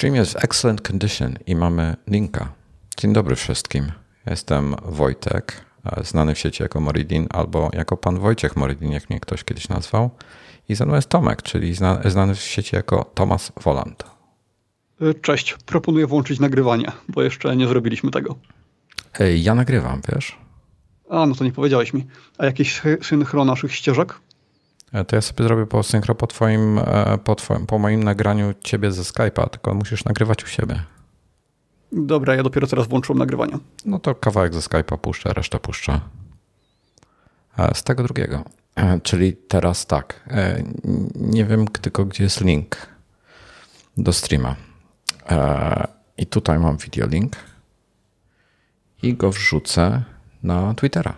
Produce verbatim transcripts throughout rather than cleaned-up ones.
Stream jest w excellent condition i mamy linka. Dzień dobry wszystkim. Jestem Wojtek, znany w sieci jako Moridin albo jako pan Wojciech Moridin, jak mnie ktoś kiedyś nazwał. I ze mną jest Tomek, czyli znany w sieci jako Tomasz Woland. Cześć, proponuję włączyć nagrywanie, bo jeszcze nie zrobiliśmy tego. Ej, ja nagrywam, wiesz? A, no to nie powiedziałeś mi. A jakieś synchro naszych ścieżek? To ja sobie zrobię po synchro po twoim, po twoim, po moim nagraniu ciebie ze Skype'a, tylko musisz nagrywać u siebie. Dobra, ja dopiero teraz włączyłem nagrywanie. No to kawałek ze Skype'a puszczę, resztę puszczę z tego drugiego. Czyli teraz tak, nie wiem tylko gdzie jest link do streama. I tutaj mam video link i go wrzucę na Twittera.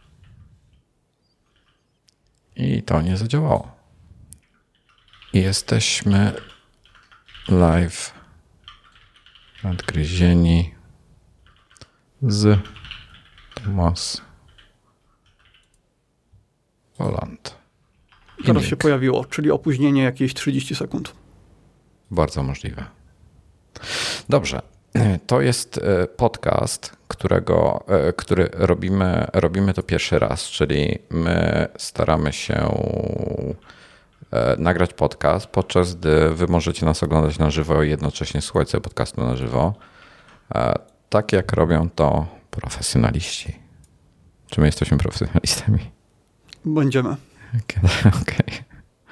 I to nie zadziałało. I jesteśmy live nadgryzieni z Tomasz Woland. Teraz się pojawiło, czyli opóźnienie jakieś trzydzieści sekund. Bardzo możliwe. Dobrze. To jest podcast, którego, który robimy, robimy to pierwszy raz, czyli my staramy się nagrać podcast, podczas gdy wy możecie nas oglądać na żywo i jednocześnie słuchać sobie podcastu na żywo, tak jak robią to profesjonaliści. Czy my jesteśmy profesjonalistami? Będziemy. Okej. Okay.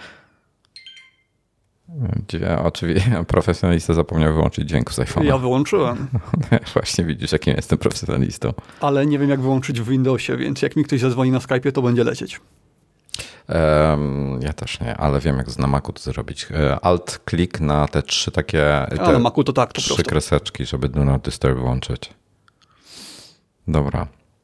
Oczywiście profesjonalista zapomniał wyłączyć dźwięk z iPhone'a. Ja wyłączyłem. Właśnie widzisz, jakim jestem profesjonalistą. Ale nie wiem, jak wyłączyć w Windowsie, więc jak mi ktoś zadzwoni na Skype'ie, to będzie lecieć. Um, ja też nie, ale wiem, jak na Macu to zrobić. Alt klik na te trzy takie te A na Macu to tak, po trzy prostu. kreseczki, żeby Do Not Disturb włączyć. Dobra.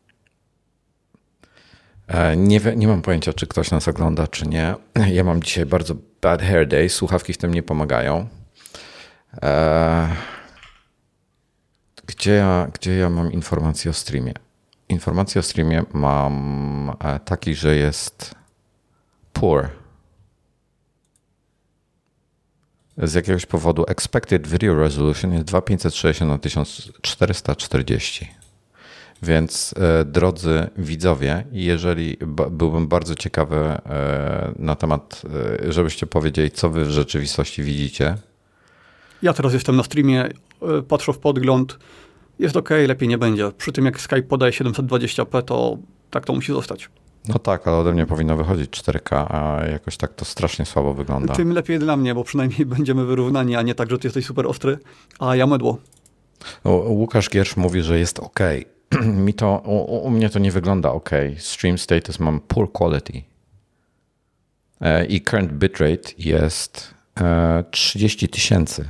Nie, nie mam pojęcia, czy ktoś nas ogląda, czy nie. Ja mam dzisiaj bardzo bad hair day. Słuchawki w tym nie pomagają. Gdzie ja, gdzie ja mam informacje o streamie? Informacje o streamie mam taki, że jest poor. Z jakiegoś powodu expected video resolution jest dwa tysiące pięćset sześćdziesiąt na tysiąc czterysta czterdzieści. Więc e, drodzy widzowie, jeżeli b- byłbym bardzo ciekawy e, na temat, e, żebyście powiedzieli, co wy w rzeczywistości widzicie. Ja teraz jestem na streamie, e, patrzę w podgląd. Jest ok, lepiej nie będzie. Przy tym jak Skype podaje siedemset dwadzieścia p, to tak to musi zostać. No tak, ale ode mnie powinno wychodzić cztery K, a jakoś tak to strasznie słabo wygląda. Tym lepiej dla mnie, bo przynajmniej będziemy wyrównani, a nie tak, że ty jesteś super ostry, a ja mydło. No, Łukasz Giersz mówi, że jest ok. Mi to, u, u mnie to nie wygląda ok. Stream status mam poor quality. E, I current bitrate jest e, trzydzieści tysięcy.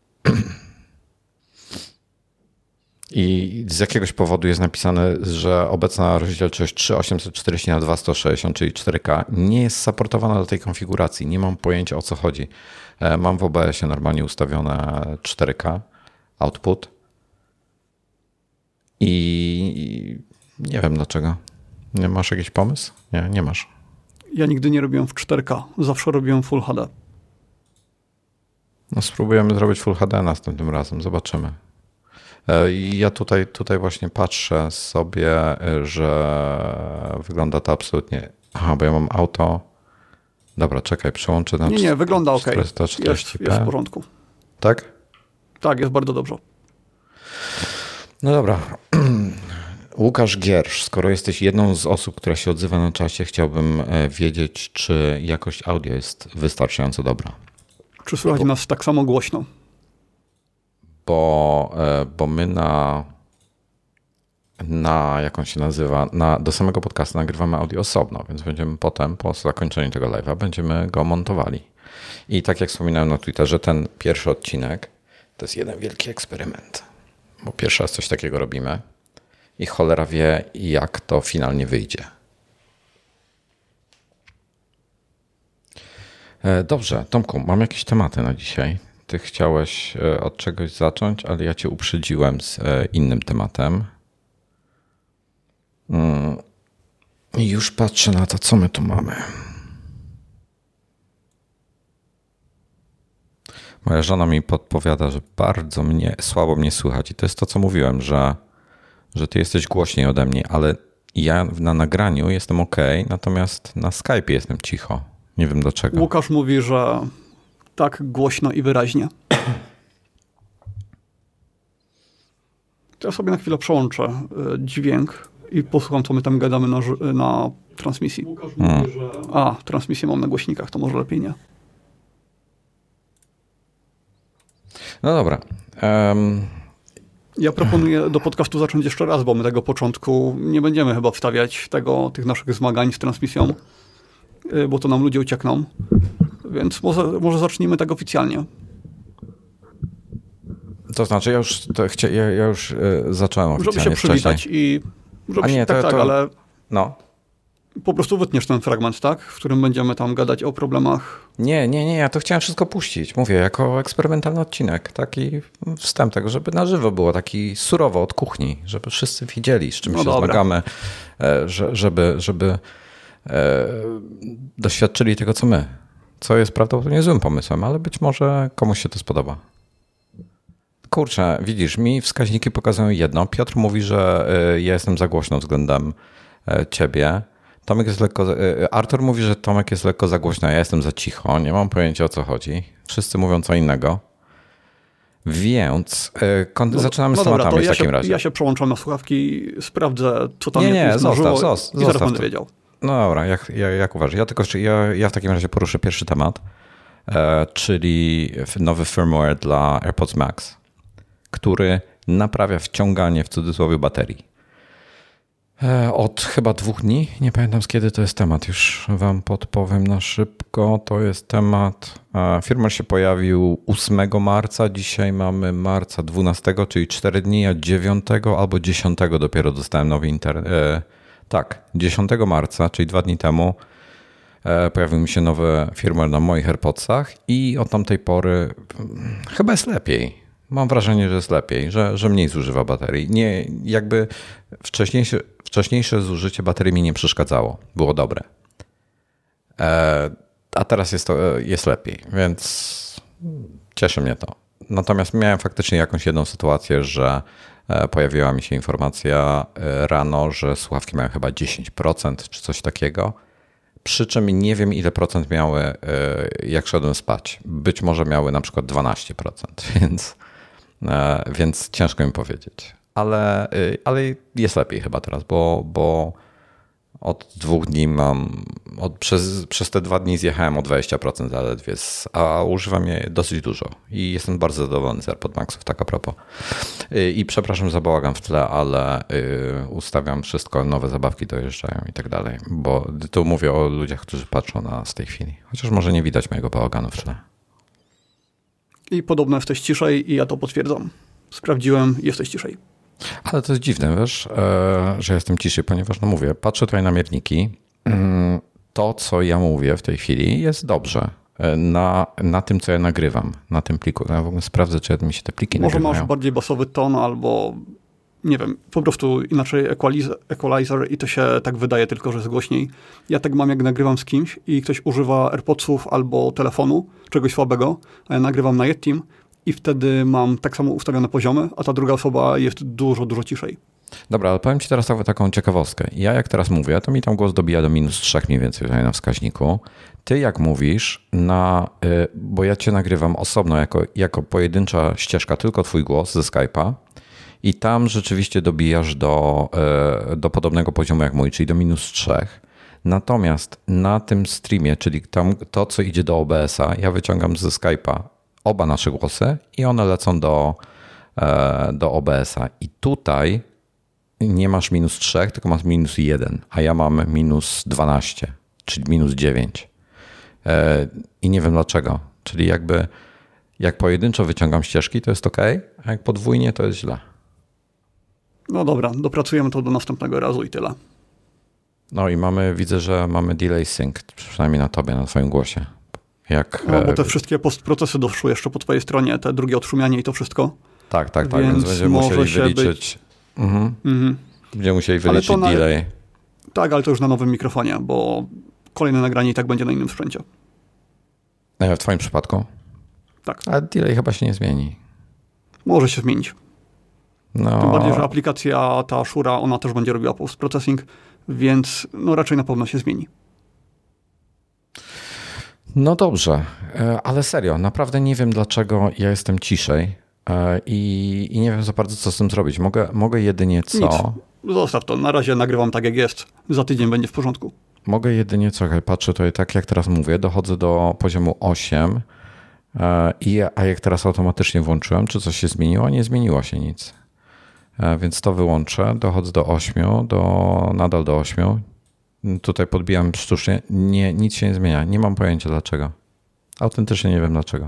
I z jakiegoś powodu jest napisane, że obecna rozdzielczość trzy tysiące osiemset czterdzieści na dwa tysiące sto sześćdziesiąt, czyli cztery K, nie jest supportowana do tej konfiguracji. Nie mam pojęcia, o co chodzi. E, mam w O B S-ie normalnie ustawione cztery K output. I nie wiem dlaczego. Nie masz jakiś pomysł? Nie, nie masz. Ja nigdy nie robiłem w cztery K. Zawsze robiłem Full H D. No spróbujemy zrobić Full H D następnym razem. Zobaczymy. Ja tutaj, tutaj właśnie patrzę sobie, że wygląda to absolutnie... Aha, bo ja mam auto... Dobra, czekaj, przełączę na... Nie, nie, wygląda ok. czterysta czterdzieści p. Jest, jest w porządku. Tak? Tak, jest bardzo dobrze. No dobra. Łukasz Giersz, skoro jesteś jedną z osób, która się odzywa na czasie, chciałbym wiedzieć, czy jakość audio jest wystarczająco dobra. Czy słychać bo, nas tak samo głośno? Bo, bo my na, na, jak on się nazywa, na, do samego podcastu nagrywamy audio osobno, więc będziemy potem, po zakończeniu tego live'a, będziemy go montowali. I tak jak wspominałem na Twitterze, ten pierwszy odcinek to jest jeden wielki eksperyment. Bo pierwszy raz coś takiego robimy i cholera wie, jak to finalnie wyjdzie. Dobrze, Tomku, mam jakieś tematy na dzisiaj. Ty chciałeś od czegoś zacząć, ale ja cię uprzedziłem z innym tematem. I już patrzę na to, co my tu mamy. Moja żona mi podpowiada, że bardzo mnie, słabo mnie słychać i to jest to, co mówiłem, że, że ty jesteś głośniej ode mnie, ale ja na nagraniu jestem ok, natomiast na Skype'ie jestem cicho. Nie wiem dlaczego. Łukasz mówi, że tak głośno i wyraźnie. To ja sobie na chwilę przełączę dźwięk i posłucham, co my tam gadamy na, na transmisji. Łukasz hmm. mówi, że... A, transmisję mam na głośnikach, to może lepiej nie. No dobra. Um... Ja proponuję do podcastu zacząć jeszcze raz, bo my tego początku nie będziemy chyba wstawiać tego, tych naszych zmagań z transmisją, bo to nam ludzie uciekną. Więc może, może zacznijmy tak oficjalnie. To znaczy, ja już, to chcia, ja, ja już y, zacząłem oficjalnie Żeby się przywitać wcześniej. i... Żeby A nie, się, to, tak, tak, to, ale... No. Po prostu wytniesz ten fragment, tak? W którym będziemy tam gadać o problemach. Nie, nie, nie, ja to chciałem wszystko puścić. Mówię, jako eksperymentalny odcinek. Taki wstęp tego, żeby na żywo było, taki surowo od kuchni, żeby wszyscy widzieli, z czym no się dobra. zmagamy, żeby, żeby doświadczyli tego, co my. Co jest prawdopodobnie złym pomysłem, ale być może komuś się to spodoba. Kurczę, widzisz, mi wskaźniki pokazują jedno. Piotr mówi, że ja jestem za głośno względem ciebie. Tomek jest lekko... Artur mówi, że Tomek jest lekko za głośno, a ja jestem za cicho. Nie mam pojęcia, o co chodzi. Wszyscy mówią co innego. Więc no, zaczynamy no z tematami dobra, to w ja takim się, razie. Ja się przełączam na słuchawki, sprawdzę, co tam nie, nie, jest zostaw, na żywo zostaw, i zaraz zostaw będę wiedział. No dobra, jak, jak, jak uważasz? Ja, tylko, ja, ja w takim razie poruszę pierwszy temat, e, czyli nowy firmware dla AirPods Max, który naprawia wciąganie w cudzysłowie baterii. Od chyba dwóch dni, nie pamiętam z kiedy to jest temat, już wam podpowiem na szybko. To jest temat, firmware się pojawił ósmego marca, dzisiaj mamy marca dwunastego, czyli cztery dni, a dziewiątego albo dziesiątego dopiero dostałem nowy internet. Tak, dziesiątego marca, czyli dwa dni temu pojawił mi się nowy firmware na moich AirPodsach i od tamtej pory chyba jest lepiej. Mam wrażenie, że jest lepiej, że, że mniej zużywa baterii. Nie, jakby wcześniejsze, wcześniejsze zużycie baterii mi nie przeszkadzało. Było dobre. E, a teraz jest, to, jest lepiej, więc cieszy mnie to. Natomiast miałem faktycznie jakąś jedną sytuację, że pojawiła mi się informacja rano, że słuchawki mają chyba dziesięć procent czy coś takiego. Przy czym nie wiem, ile procent miały, jak szedłem spać. Być może miały na przykład dwanaście procent, więc... Więc ciężko mi powiedzieć. Ale, ale jest lepiej chyba teraz, bo, bo od dwóch dni mam, od, przez, przez te dwa dni zjechałem o dwadzieścia procent zaledwie, a używam je dosyć dużo i jestem bardzo zadowolony z AirPod Maxów, tak a propos. I przepraszam za bałagan w tle, ale ustawiam wszystko, nowe zabawki dojeżdżają i tak dalej, bo tu mówię o ludziach, którzy patrzą na nas w tej chwili. Chociaż może nie widać mojego bałaganu w tle. I podobno jesteś ciszej i ja to potwierdzam. Sprawdziłem, jesteś ciszej. Ale to jest dziwne, wiesz, że jestem ciszej, ponieważ no mówię, patrzę tutaj na mierniki. To, co ja mówię w tej chwili jest dobrze. Na, na tym, co ja nagrywam, na tym pliku. Ja w ogóle sprawdzę, czy mi się te pliki Może nagrywają. masz bardziej basowy ton albo nie wiem, po prostu inaczej equalizer, equalizer i to się tak wydaje tylko, że jest głośniej. Ja tak mam, jak nagrywam z kimś i ktoś używa AirPodsów albo telefonu, czegoś słabego, a ja nagrywam na Yettim i wtedy mam tak samo ustawione poziomy, a ta druga osoba jest dużo, dużo ciszej. Dobra, ale powiem ci teraz taką ciekawostkę. Ja jak teraz mówię, to mi tam głos dobija do minus trzech mniej więcej tutaj na wskaźniku. Ty jak mówisz, na, bo ja cię nagrywam osobno jako, jako pojedyncza ścieżka, tylko twój głos ze Skype'a i tam rzeczywiście dobijasz do, do podobnego poziomu jak mój, czyli do minus trzech. Natomiast na tym streamie, czyli tam to, co idzie do O B S-a, ja wyciągam ze Skype'a oba nasze głosy i one lecą do, do O B S-a. I tutaj nie masz minus trzech, tylko masz minus jeden, a ja mam minus dwanaście, czyli minus dziewięć. I nie wiem dlaczego. Czyli jakby jak pojedynczo wyciągam ścieżki, to jest ok, a jak podwójnie, to jest źle. No dobra, dopracujemy to do następnego razu i tyle. No i mamy, widzę, że mamy delay sync, przynajmniej na tobie, na twoim głosie. Jak, no bo te wszystkie postprocesy doszły jeszcze po twojej stronie, te drugie odszumianie i to wszystko. Tak, tak, tak, więc, więc będziemy musieli wyliczyć. Być... Mhm. Mhm. Będziemy musieli wyliczyć na... delay. Tak, ale to już na nowym mikrofonie, bo kolejne nagranie i tak będzie na innym sprzęcie. A w twoim przypadku? Tak. A delay chyba się nie zmieni. Może się zmienić. No. Tym bardziej, że aplikacja ta Shura, ona też będzie robiła post-processing, więc no raczej na pewno się zmieni. No dobrze, ale serio, naprawdę nie wiem, dlaczego ja jestem ciszej i, i nie wiem za bardzo, co z tym zrobić. Mogę, mogę jedynie co... Nic. Zostaw to, na razie nagrywam tak, jak jest. Za tydzień będzie w porządku. Mogę jedynie co, patrzę tutaj tak, jak teraz mówię, dochodzę do poziomu osiem, i, a jak teraz automatycznie włączyłem, czy coś się zmieniło? Nie zmieniło się nic. Więc to wyłączę, dochodzę do ośmiu, do, nadal do ośmiu. Tutaj podbijam sztucznie. Nie, nic się nie zmienia. Nie mam pojęcia dlaczego. Autentycznie nie wiem dlaczego.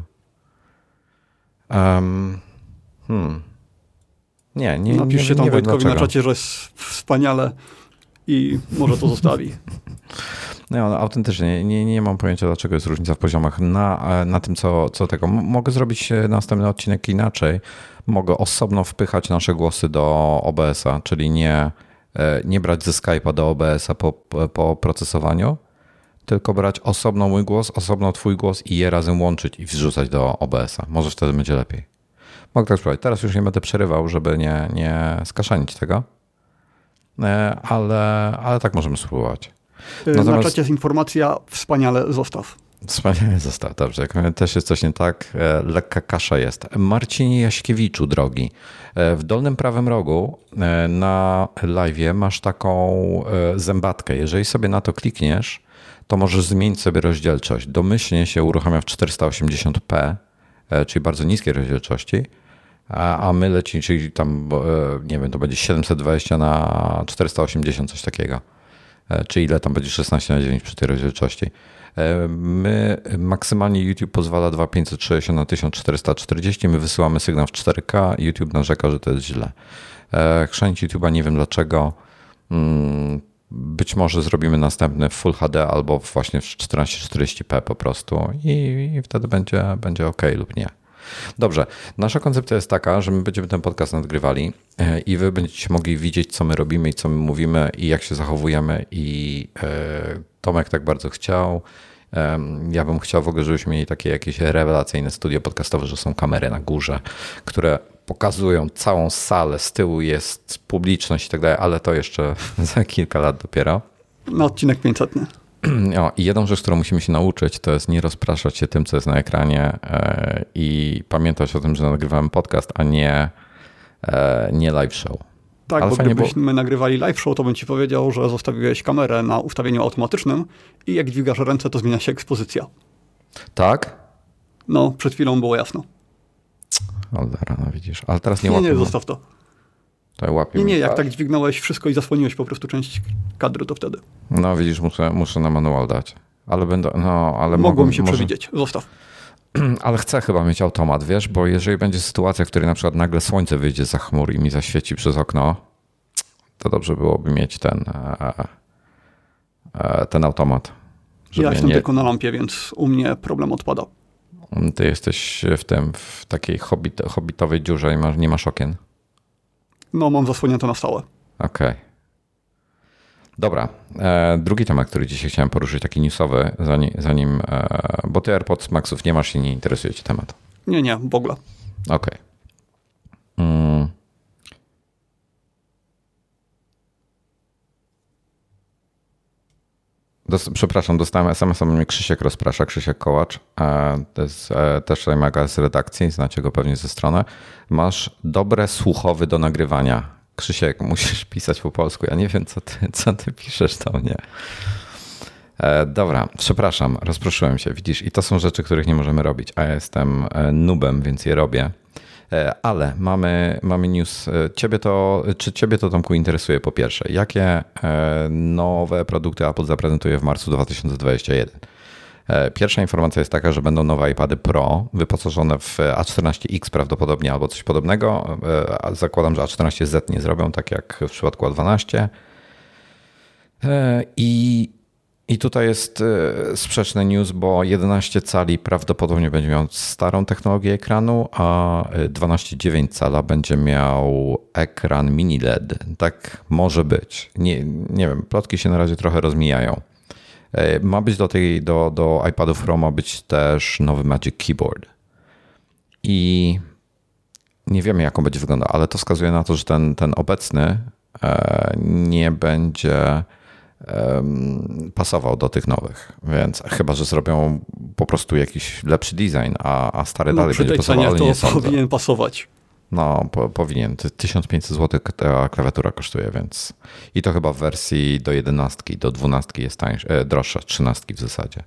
Um, hmm. Nie, nie, Napiszcie nie, nie tam wiem Wojtkowi dlaczego. na czacie, że jest wspaniale i może to zostawi. No, no, autentycznie nie, nie mam pojęcia, dlaczego jest różnica w poziomach na, na tym, co, co tego. Mogę zrobić następny odcinek inaczej. Mogę osobno wpychać nasze głosy do O B S-a, czyli nie, nie brać ze Skype'a do O B S-a po, po procesowaniu, tylko brać osobno mój głos, osobno twój głos i je razem łączyć i wrzucać do O B S-a. Może wtedy będzie lepiej. Mogę tak spróbować. Teraz już nie będę przerywał, żeby nie, nie skaszanić tego, ale, ale tak możemy spróbować. Natomiast... Na czacie jest informacja, wspaniale zostaw. Wspaniale zostaw, dobrze. Jak też jest coś nie tak, lekka kasza jest. Marcinie Jaśkiewiczu, drogi. W dolnym prawym rogu na live'ie masz taką zębatkę. Jeżeli sobie na to klikniesz, to możesz zmienić sobie rozdzielczość. Domyślnie się uruchamia w czterysta osiemdziesiąt p, czyli bardzo niskiej rozdzielczości, a my lecimy, czyli tam, nie wiem, to będzie siedemset dwadzieścia na czterysta osiemdziesiąt, coś takiego. Czy ile tam będzie szesnaście na dziewięć przy tej rozdzielczości. My, maksymalnie YouTube pozwala dwa tysiące pięćset sześćdziesiąt na tysiąc czterysta czterdzieści, my wysyłamy sygnał w cztery K, YouTube narzeka, że to jest źle. Chrzanić YouTube'a nie wiem dlaczego. Być może zrobimy następny w Full H D albo właśnie w czternaście czterdzieści p po prostu i, i wtedy będzie, będzie ok lub nie. Dobrze, nasza koncepcja jest taka, że my będziemy ten podcast nadgrywali i wy będziecie mogli widzieć, co my robimy i co my mówimy i jak się zachowujemy i Tomek tak bardzo chciał. Ja bym chciał w ogóle, żebyśmy mieli takie jakieś rewelacyjne studio podcastowe, że są kamery na górze, które pokazują całą salę, z tyłu jest publiczność i tak dalej, ale to jeszcze za kilka lat dopiero. Na odcinek pięćsetny. O, i jedną rzecz, którą musimy się nauczyć, to jest nie rozpraszać się tym, co jest na ekranie i pamiętać o tym, że nagrywamy podcast, a nie, nie live show. Tak, ale bo gdybyśmy było... nagrywali live show, to bym ci powiedział, że zostawiłeś kamerę na ustawieniu automatycznym i jak dźwigasz ręce, to zmienia się ekspozycja. Tak? No, przed chwilą było jasno. O, no widzisz, ale teraz nie Nie, łapię. nie, zostaw to. To łapię nie, nie, jak tak dźwignąłeś wszystko i zasłoniłeś po prostu część kadru, to wtedy. No widzisz, muszę, muszę na manual dać. Ale będę, no, ale mogło mogłem, mi się może... przewidzieć, zostaw. Ale chcę chyba mieć automat, wiesz, bo jeżeli będzie sytuacja, w której na przykład nagle słońce wyjdzie za chmur i mi zaświeci przez okno, to dobrze byłoby mieć ten, ten automat. Ja jestem nie... tylko na lampie, więc u mnie problem odpada. Ty jesteś w tym, w takiej hobbit, hobbitowej dziurze i masz, nie masz okien. No, mam zasłonięte na stałe. Okej. Okay. Dobra. E, drugi temat, który dzisiaj chciałem poruszyć, taki newsowy, zanim, zanim e, bo ty AirPods Maxów nie masz i nie interesuje cię temat. Nie, nie, w ogóle. Okej. Okay. Mm. Dos, przepraszam, dostałem es em es, a mnie Krzysiek rozprasza, Krzysiek Kołacz. E, to jest e, też maga z redakcji, znacie go pewnie ze strony. Masz dobre słuchowy do nagrywania. Krzysiek, musisz pisać po polsku. Ja nie wiem, co ty, co ty piszesz do mnie. E, dobra, przepraszam, rozproszyłem się, widzisz. I to są rzeczy, których nie możemy robić, a ja jestem noobem, więc je robię. E, ale mamy, mamy news. Ciebie to, czy ciebie to, Tomku, interesuje po pierwsze? Jakie e, nowe produkty Apple zaprezentuje w marcu dwa tysiące dwudziestym pierwszym? Pierwsza informacja jest taka, że będą nowe iPady Pro wyposażone w A czternaście X prawdopodobnie albo coś podobnego. Zakładam, że A czternaście Z nie zrobią, tak jak w przypadku A dwanaście. I, i tutaj jest sprzeczny news, bo jedenaście cali prawdopodobnie będzie miał starą technologię ekranu, a dwanaście przecinek dziewięć cala będzie miał ekran mini L E D. Tak może być. Nie, nie wiem, plotki się na razie trochę rozmijają. Ma być do, tej, do, do iPadów Pro ma być też nowy Magic Keyboard. I nie wiemy, jak on będzie wyglądał, ale to wskazuje na to, że ten, ten obecny nie będzie pasował do tych nowych, więc chyba, że zrobią po prostu jakiś lepszy design, a, a stary no, dalej będzie pasował, ale to nie sądzę. Powinien pasować. No, po, powinien. tysiąc pięćset złotych ta klawiatura kosztuje, więc i to chyba w wersji do jedenastki, do dwunastki jest tańsza, e, droższa, trzynastki w zasadzie.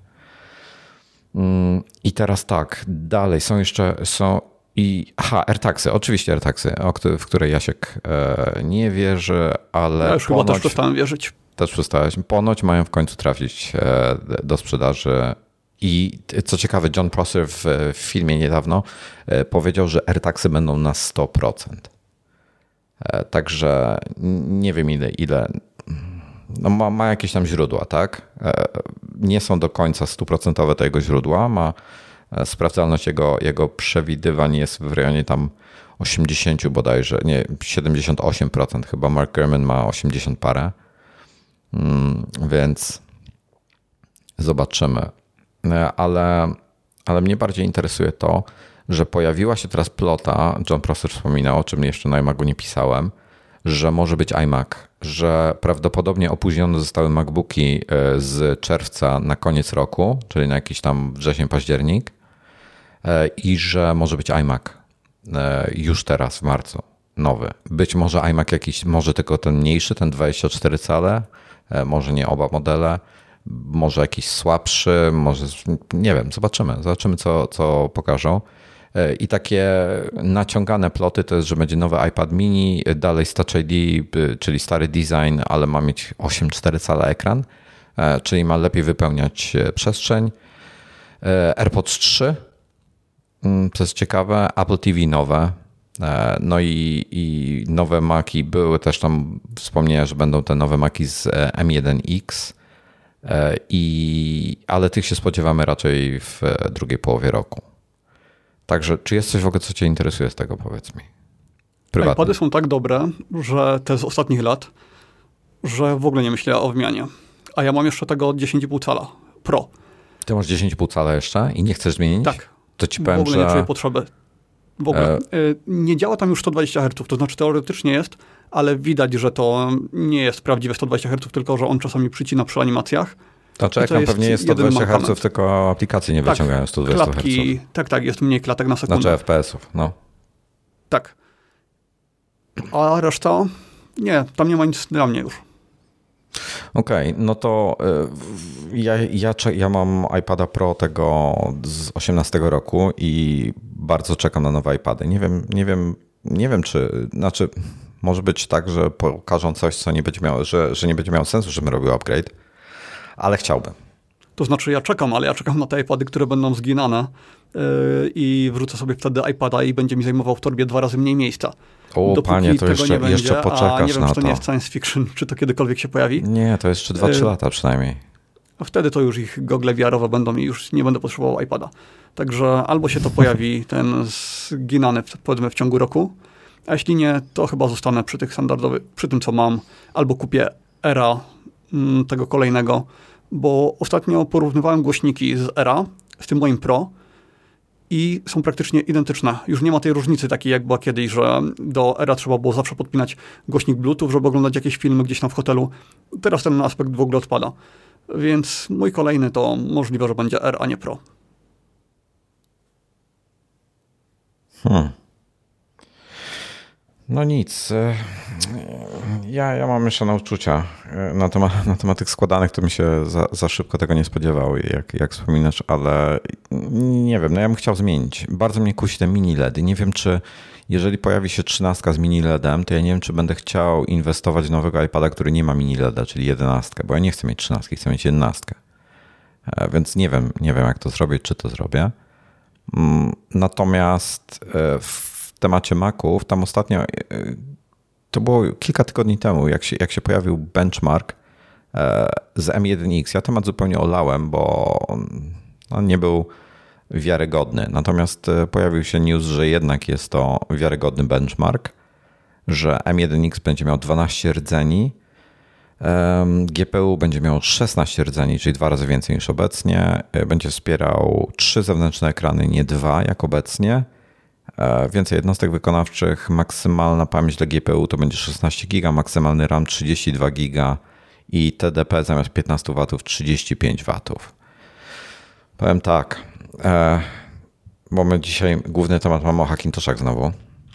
Mm, I teraz tak, dalej są jeszcze, są i, aha, AirTagsy, oczywiście AirTagsy, w które Jasiek e, nie wierzy, ale ja już ponoć, chyba też przestałem wierzyć. Też przestałeś. Ponoć mają w końcu trafić e, do sprzedaży. I co ciekawe, John Prosser w, w filmie niedawno e, powiedział, że AirTagsy będą na sto procent. E, także nie wiem ile, ile no ma, ma jakieś tam źródła, tak? E, nie są do końca stuprocentowe te jego źródła. Ma sprawdzalność jego, jego przewidywań jest w rejonie tam osiemdziesiąt bodajże, nie, siedemdziesiąt osiem procent chyba. Mark Gurman ma osiemdziesiąt parę. Hmm, więc zobaczymy. Ale, ale mnie bardziej interesuje to, że pojawiła się teraz plota, John Prosser wspominał, o czym jeszcze na iMagu nie pisałem, że może być iMac, że prawdopodobnie opóźnione zostały MacBooki z czerwca na koniec roku, czyli na jakiś tam wrzesień, październik i że może być iMac już teraz w marcu, nowy. Być może iMac jakiś, może tylko ten mniejszy, ten dwadzieścia cztery cale, może nie oba modele, może jakiś słabszy, może nie wiem, zobaczymy, zobaczymy co, co pokażą. I takie naciągane ploty to jest, że będzie nowy iPad mini, dalej z Touch I D, czyli stary design, ale ma mieć osiem przecinek cztery cala ekran, czyli ma lepiej wypełniać przestrzeń. AirPods trzy, to jest ciekawe, Apple T V nowe, no i, i nowe Maci, były też tam wspomnienia, że będą te nowe Maci z M jeden X, i, ale tych się spodziewamy raczej w drugiej połowie roku. Także czy jest coś w ogóle, co cię interesuje z tego, powiedz mi? Prywatnie. iPady są tak dobre, że te z ostatnich lat, że w ogóle nie myślę o wymianie. A ja mam jeszcze tego dziesięć i pół cala Pro. Ty masz dziesięć i pół cala jeszcze i nie chcesz zmienić? Tak. To ci powiem, w ogóle że... nie czuję potrzeby. W ogóle. E... Nie działa tam już sto dwadzieścia herców, to znaczy teoretycznie jest, ale widać, że to nie jest prawdziwe sto dwadzieścia herców, tylko że on czasami przycina przy animacjach. Znaczy ekran pewnie jest sto dwadzieścia herców, tylko aplikacje nie tak, wyciągają sto dwadzieścia herców. Tak, tak, jest mniej klatek na sekundę. Znaczy F P S-ów, no. Tak. A reszta? Nie, tam nie ma nic dla mnie już. Okej, okay, no to y, ja, ja, ja mam iPada Pro tego z osiemnastego roku i bardzo czekam na nowe iPady. Nie wiem, nie wiem, nie wiem czy, znaczy może być tak, że pokażą coś, co nie będzie miało, że, że nie będzie miało sensu, żebym robił upgrade, ale chciałbym. To znaczy ja czekam, ale ja czekam na te iPady, które będą zginane yy, i wrócę sobie wtedy iPada i będzie mi zajmował w torbie dwa razy mniej miejsca. O Dopóki panie, to jeszcze, nie będzie, jeszcze poczekasz a nie wiem, na czy to, to nie jest science fiction, czy to kiedykolwiek się pojawi. Nie, to jeszcze dwa trzy yy, lata przynajmniej. A wtedy to już ich gogle V R-owe będą i już nie będę potrzebował iPada. Także albo się to pojawi, ten zginany powiedzmy w ciągu roku, a jeśli nie, to chyba zostanę przy tych standardowych, przy tym co mam, albo kupię Era m, tego kolejnego, bo ostatnio porównywałem głośniki z Era z tym moim Pro i są praktycznie identyczne. Już nie ma tej różnicy takiej, jak była kiedyś, że do Era trzeba było zawsze podpinać głośnik Bluetooth, żeby oglądać jakieś filmy gdzieś tam w hotelu. Teraz ten aspekt w ogóle odpada. Więc mój kolejny to możliwe, że będzie R, a nie Pro. Hmm. No nic. Ja, ja mam mieszane uczucia. Na temat, na temat tych składanych to mi się za, za szybko tego nie spodziewał, jak, jak wspominasz, ale nie wiem, no ja bym chciał zmienić. Bardzo mnie kusi te mini L E D y. Nie wiem, czy jeżeli pojawi się trzynastka z mini L E D-em, to ja nie wiem, czy będę chciał inwestować w nowego iPada, który nie ma mini L E D-a, czyli jedenastkę, bo ja nie chcę mieć trzynastki, chcę mieć jedenastkę. Więc nie wiem, nie wiem jak to zrobić, czy to zrobię. Natomiast w w temacie Maców, tam ostatnio, to było kilka tygodni temu, jak się, jak się pojawił benchmark z M jeden X. Ja temat zupełnie olałem, bo on nie był wiarygodny. Natomiast pojawił się news, że jednak jest to wiarygodny benchmark, że M jeden X będzie miał dwanaście rdzeni, G P U będzie miał szesnaście rdzeni, czyli dwa razy więcej niż obecnie. Będzie wspierał trzy zewnętrzne ekrany, nie dwa jak obecnie. Więcej jednostek wykonawczych, maksymalna pamięć dla G P U to będzie szesnaście giga, maksymalny RAM trzydzieści dwa giga i T D P zamiast piętnaście watów trzydzieści pięć watów. Powiem tak, bo my dzisiaj główny temat mamy o Hackintoshach znowu,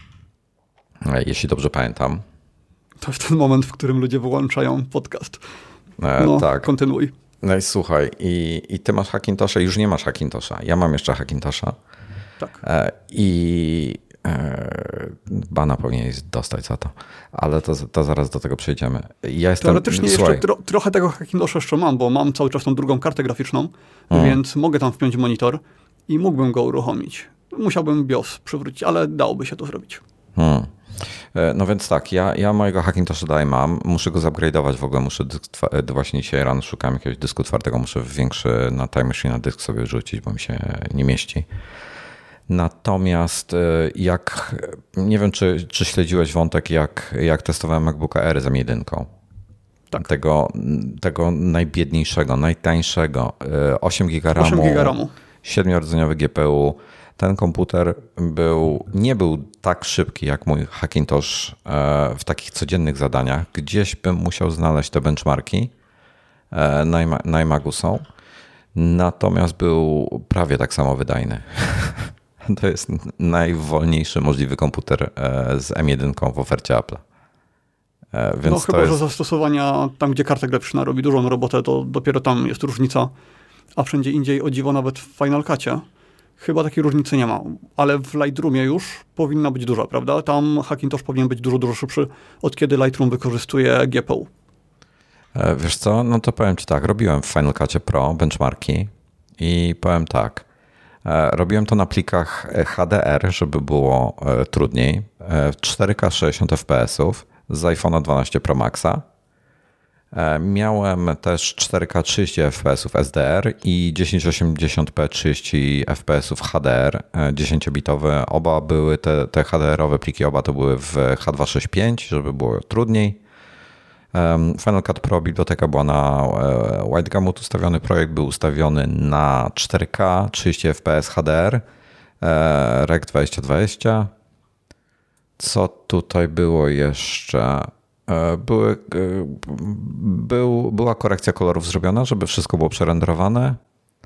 jeśli dobrze pamiętam. To jest ten moment, w którym ludzie wyłączają podcast. No, tak. Kontynuuj. No i słuchaj, i, i ty masz Hackintosha, już nie masz Hackintosha. Ja mam jeszcze Hackintosha. Tak. E, I e, bana powinieneś dostać za to. Ale to, to zaraz do tego przejdziemy. Ja jestem, Teoretycznie jeszcze tro, trochę tego Hackintosha jeszcze mam, bo mam cały czas tą drugą kartę graficzną, hmm. więc mogę tam wpiąć monitor i mógłbym go uruchomić. Musiałbym BIOS przywrócić, ale dałoby się to zrobić. Hmm. No więc tak, ja, ja mojego Hackintosha dalej mam, muszę go zupgrade'ować w ogóle, muszę dysk, właśnie dzisiaj rano szukałem jakiegoś dysku twardego, muszę większy na Time Machine na dysk sobie wrzucić, bo mi się nie mieści. Natomiast jak, nie wiem czy, czy śledziłeś wątek, jak, jak testowałem MacBooka Air z M jeden. Tak. Tego, tego najbiedniejszego, najtańszego, osiem giga ramu, osiem giga ramu, siedmiordzeniowy G P U. Ten komputer był, nie był tak szybki jak mój Hackintosh w takich codziennych zadaniach. Gdzieś bym musiał znaleźć te benchmarki, na iMacu są. Natomiast był prawie tak samo wydajny. To jest najwolniejszy możliwy komputer z M jeden w ofercie Apple'a. Więc no chyba, jest... że zastosowania tam, gdzie karta graficzna robi dużą robotę, to dopiero tam jest różnica. A wszędzie indziej, o dziwo, nawet w Final Cutie chyba takiej różnicy nie ma, ale w Lightroomie już powinna być duża, prawda? Tam Hackintosh powinien być dużo, dużo szybszy, od kiedy Lightroom wykorzystuje G P U. Wiesz co, no to powiem ci tak, robiłem w Final Cutie Pro benchmarki i powiem tak, robiłem to na plikach H D R, żeby było trudniej, cztery K sześćdziesiąt F P S ów z iPhone'a dwanaście Pro Maxa. Miałem też cztery K trzydzieści F P S ów S D R i tysiąc osiemdziesiąt p trzydzieści F P S ów H D R dziesięciobitowe. Oba były, te, te H D R-owe pliki, oba to były w H dwieście sześćdziesiąt pięć, żeby było trudniej. Final Cut Pro biblioteka była na White Gamut ustawiony, projekt był ustawiony na cztery K trzydzieści F P S H D R, Rec dwadzieścia dwadzieścia. Co tutaj było jeszcze? Były, był, była korekcja kolorów zrobiona, żeby wszystko było przerenderowane.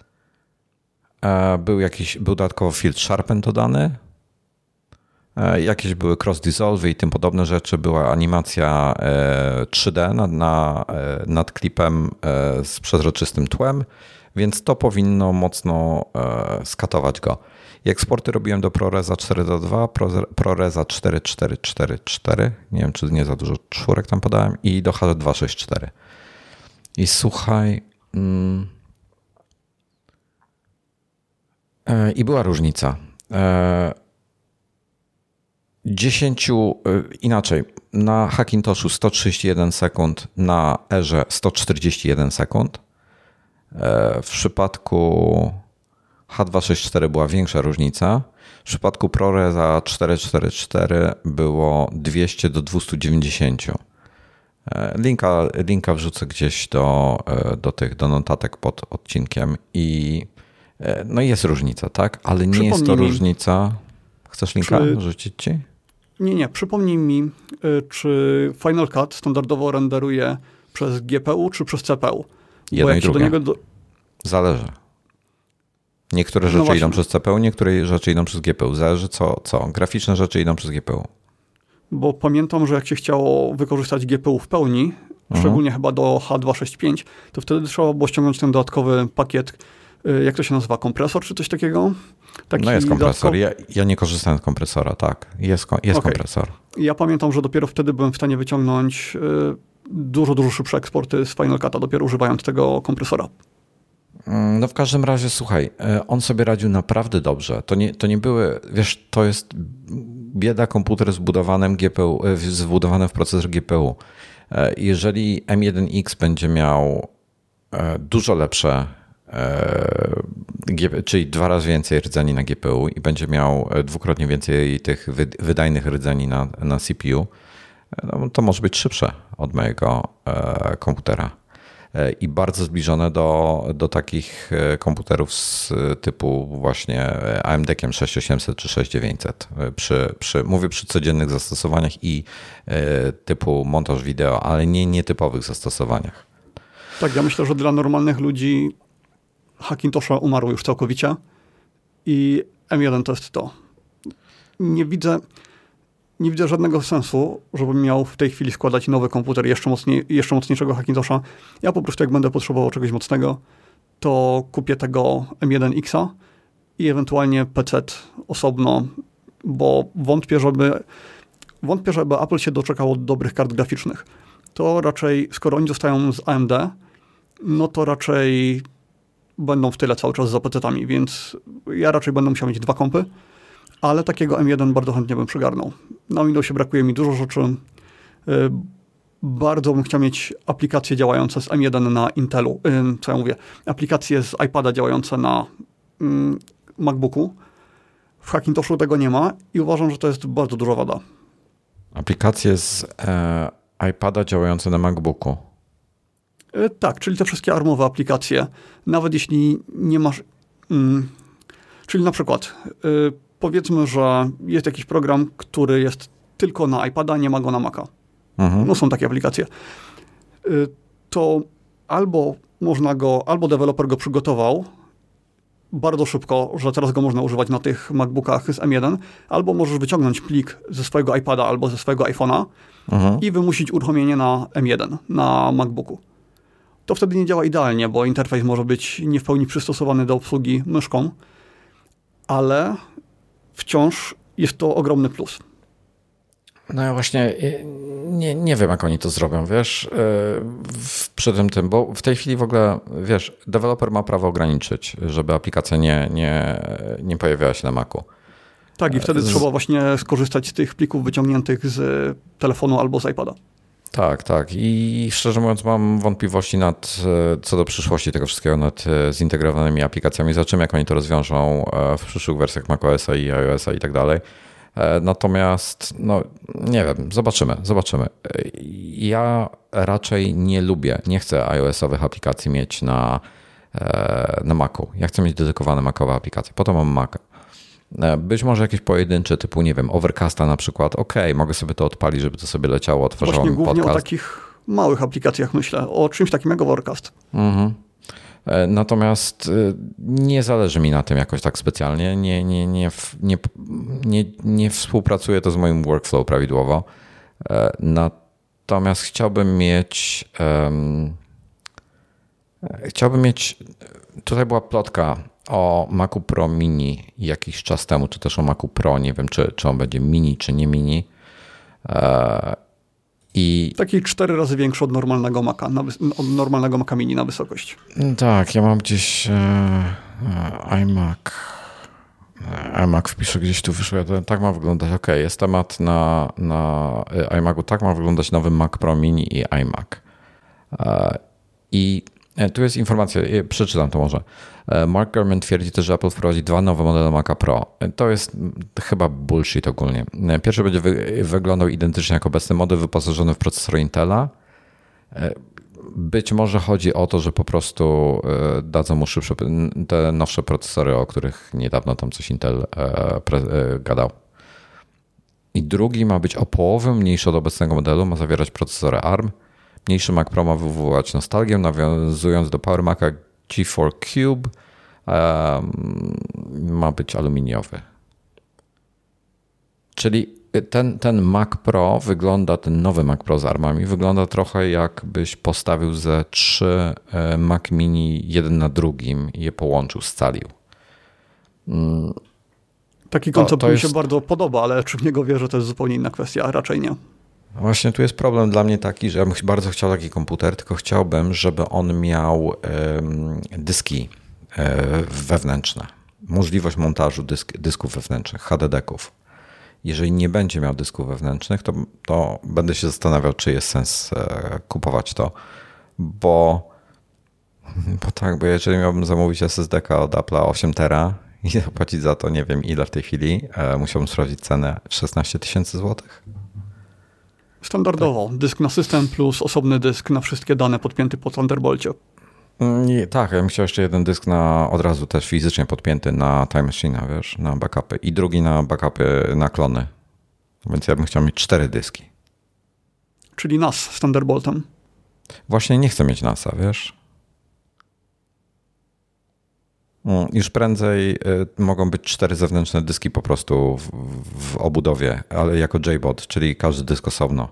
Był jakiś, był dodatkowo field sharpen dodany. Jakieś były cross dissolve i tym podobne rzeczy. Była animacja trzy D nad, na, nad klipem z przezroczystym tłem, więc to powinno mocno skatować go. I eksporty robiłem do ProResa cztery do dwa, ProResa cztery cztery cztery cztery, nie wiem czy nie za dużo czwórek tam podałem, i do H dwieście sześćdziesiąt cztery. I słuchaj, mm, e, i była różnica. E, dziesięciu, e, inaczej, na Hackintoshu sto trzydzieści jeden sekund, na Airze sto czterdzieści jeden sekund. E, w przypadku H dwieście sześćdziesiąt cztery była większa różnica. W przypadku ProResa cztery cztery cztery było dwieście do dwieście dziewięćdziesiąt. Linka, linka wrzucę gdzieś do, do tych do notatek pod odcinkiem i no jest różnica, tak? Ale nie jest to mi, różnica. Chcesz linka czy, rzucić ci? Nie, nie. Przypomnij mi, czy Final Cut standardowo renderuje przez G P U czy przez C P U? Jedno i drugie. Do niego do... Zależy. Niektóre rzeczy no idą przez C P U, niektóre rzeczy idą przez G P U. Zależy co, co. Graficzne rzeczy idą przez G P U. Bo pamiętam, że jak się chciało wykorzystać G P U w pełni, mhm. szczególnie chyba do H dwieście sześćdziesiąt pięć, to wtedy trzeba było ściągnąć ten dodatkowy pakiet, jak to się nazywa, kompresor czy coś takiego? Taki no jest kompresor. Dodatkowy... Ja, ja nie korzystałem z kompresora, tak. Jest, jest okay. kompresor. Ja pamiętam, że dopiero wtedy byłem w stanie wyciągnąć dużo, dużo szybsze eksporty z Final Cut'a, dopiero używając tego kompresora. No w każdym razie, słuchaj, on sobie radził naprawdę dobrze. To nie, to nie były, wiesz, to jest bieda komputer zbudowanym G P U, zbudowany w procesor G P U. Jeżeli M jeden X będzie miał dużo lepsze, czyli dwa razy więcej rdzeni na G P U i będzie miał dwukrotnie więcej tych wydajnych rdzeni na, na C P U, no to może być szybsze od mojego komputera. i bardzo zbliżone do, do takich komputerów z typu właśnie A M D-kiem sześć tysiąc osiemset czy sześć tysiąc dziewięćset. Przy, przy, mówię przy codziennych zastosowaniach i typu montaż wideo, ale nie nietypowych zastosowaniach. Tak, ja myślę, że dla normalnych ludzi Hackintosha umarł już całkowicie i M jeden to jest to. Nie widzę, nie widzę żadnego sensu, żebym miał w tej chwili składać nowy komputer jeszcze, mocniej, jeszcze mocniejszego Hackintosha. Ja po prostu jak będę potrzebował czegoś mocnego, to kupię tego M jeden X-a i ewentualnie P C osobno, bo wątpię, żeby, wątpię, żeby Apple się doczekało dobrych kart graficznych. To raczej, skoro oni zostają z A M D, no to raczej będą w tyle cały czas za pecetami, więc ja raczej będę musiał mieć dwa kompy, ale takiego M jeden bardzo chętnie bym przygarnął. Na Windowsie brakuje mi dużo rzeczy. Bardzo bym chciał mieć aplikacje działające z M jeden na Intelu, co ja mówię, aplikacje z iPada działające na MacBooku. W Hackintoshu tego nie ma i uważam, że to jest bardzo duża wada. Aplikacje z e, iPada działające na MacBooku. Tak, czyli te wszystkie armowe aplikacje, nawet jeśli nie masz... Mm, czyli na przykład y, powiedzmy, że jest jakiś program, który jest tylko na iPada, nie ma go na Maca. Mhm. No są takie aplikacje. Y, to albo można go, albo deweloper go przygotował bardzo szybko, że teraz go można używać na tych MacBookach z M jeden, albo możesz wyciągnąć plik ze swojego iPada albo ze swojego iPhone'a mhm. i wymusić uruchomienie na M jeden, na MacBooku. To wtedy nie działa idealnie, bo interfejs może być nie w pełni przystosowany do obsługi myszką, ale wciąż jest to ogromny plus. No ja właśnie nie, nie wiem, jak oni to zrobią, wiesz, przy tym tym, bo w tej chwili w ogóle, wiesz, deweloper ma prawo ograniczyć, żeby aplikacja nie, nie, nie pojawiała się na Macu. Tak, i wtedy z... trzeba właśnie skorzystać z tych plików wyciągniętych z telefonu albo z iPada. Tak, tak. I szczerze mówiąc mam wątpliwości nad, co do przyszłości tego wszystkiego, nad zintegrowanymi aplikacjami. Zobaczymy, jak oni to rozwiążą w przyszłych wersjach macOSa i iOSa i tak dalej. Natomiast, no nie wiem, zobaczymy, zobaczymy. Ja raczej nie lubię, nie chcę iOS-owych aplikacji mieć na, na Macu. Ja chcę mieć dedykowane Macowe aplikacje. Potem mam Maca. Być może jakieś pojedyncze typu, nie wiem, Overcasta na przykład. Okej, okay, mogę sobie to odpalić, żeby to sobie leciało, odtwarzało mi podcast. Właśnie głównie o takich małych aplikacjach myślę, o czymś takim jak Overcast. Mhm. Natomiast nie zależy mi na tym jakoś tak specjalnie. Nie, nie, nie, nie, nie, nie współpracuje to z moim workflow prawidłowo. Natomiast chciałbym mieć um, chciałbym mieć tutaj była plotka o Macu Pro Mini jakiś czas temu, czy też o Macu Pro, nie wiem, czy, czy on będzie mini, czy nie mini. I taki cztery razy większy od normalnego Maca, na, od normalnego Maca Mini na wysokość. Tak, ja mam gdzieś e, iMac. iMac wpiszę gdzieś tu, wyszło. Tak ma wyglądać. Ok, jest temat na, na iMacu. Tak ma wyglądać nowy Mac Pro Mini i iMac. E, I tu jest informacja, przeczytam to może. Mark Gurman twierdzi też, że Apple wprowadzi dwa nowe modele Maca Pro. To jest chyba bullshit ogólnie. Pierwszy będzie wy- wyglądał identycznie jak obecny model, wyposażony w procesor Intela. Być może chodzi o to, że po prostu dadzą mu szybsze, te nowsze procesory, o których niedawno tam coś Intel pre- gadał. I drugi ma być o połowę mniejszy od obecnego modelu, ma zawierać procesory A R M. Mniejszy Mac Pro ma wywoływać nostalgię, nawiązując do Power Maca G cztery Cube. Um, ma być aluminiowy. Czyli ten, ten Mac Pro wygląda, ten nowy Mac Pro z armami wygląda trochę jakbyś postawił ze trzy Mac Mini jeden na drugim i je połączył, scalił. Mm. Taki koncept to, to mi się jest... bardzo podoba, ale czy w niego wierzę, to jest zupełnie inna kwestia, raczej nie. Właśnie tu jest problem dla mnie taki, że ja bym bardzo chciał taki komputer, tylko chciałbym, żeby on miał um, dyski um, wewnętrzne. Możliwość montażu dysk, dysków wewnętrznych, H D D-ków. Jeżeli nie będzie miał dysków wewnętrznych, to, to będę się zastanawiał, czy jest sens e, kupować to, bo, bo tak, bo jeżeli miałbym zamówić S S D-ka od Apple'a osiem tera i zapłacić za to nie wiem ile w tej chwili, e, musiałbym sprawdzić cenę, szesnaście tysięcy złotych. Standardowo. Tak. Dysk na system plus osobny dysk na wszystkie dane podpięty po Thunderbolcie. Nie, tak, ja bym chciał jeszcze jeden dysk na, od razu też fizycznie podpięty na Time Machine'a, wiesz, na backupy i drugi na backupy na klony. Więc ja bym chciał mieć cztery dyski. Czyli N A S z Thunderboltem. Właśnie nie chcę mieć nasa, wiesz. Już prędzej y, mogą być cztery zewnętrzne dyski po prostu w, w obudowie, ale jako J B O D, czyli każdy dysk osobno.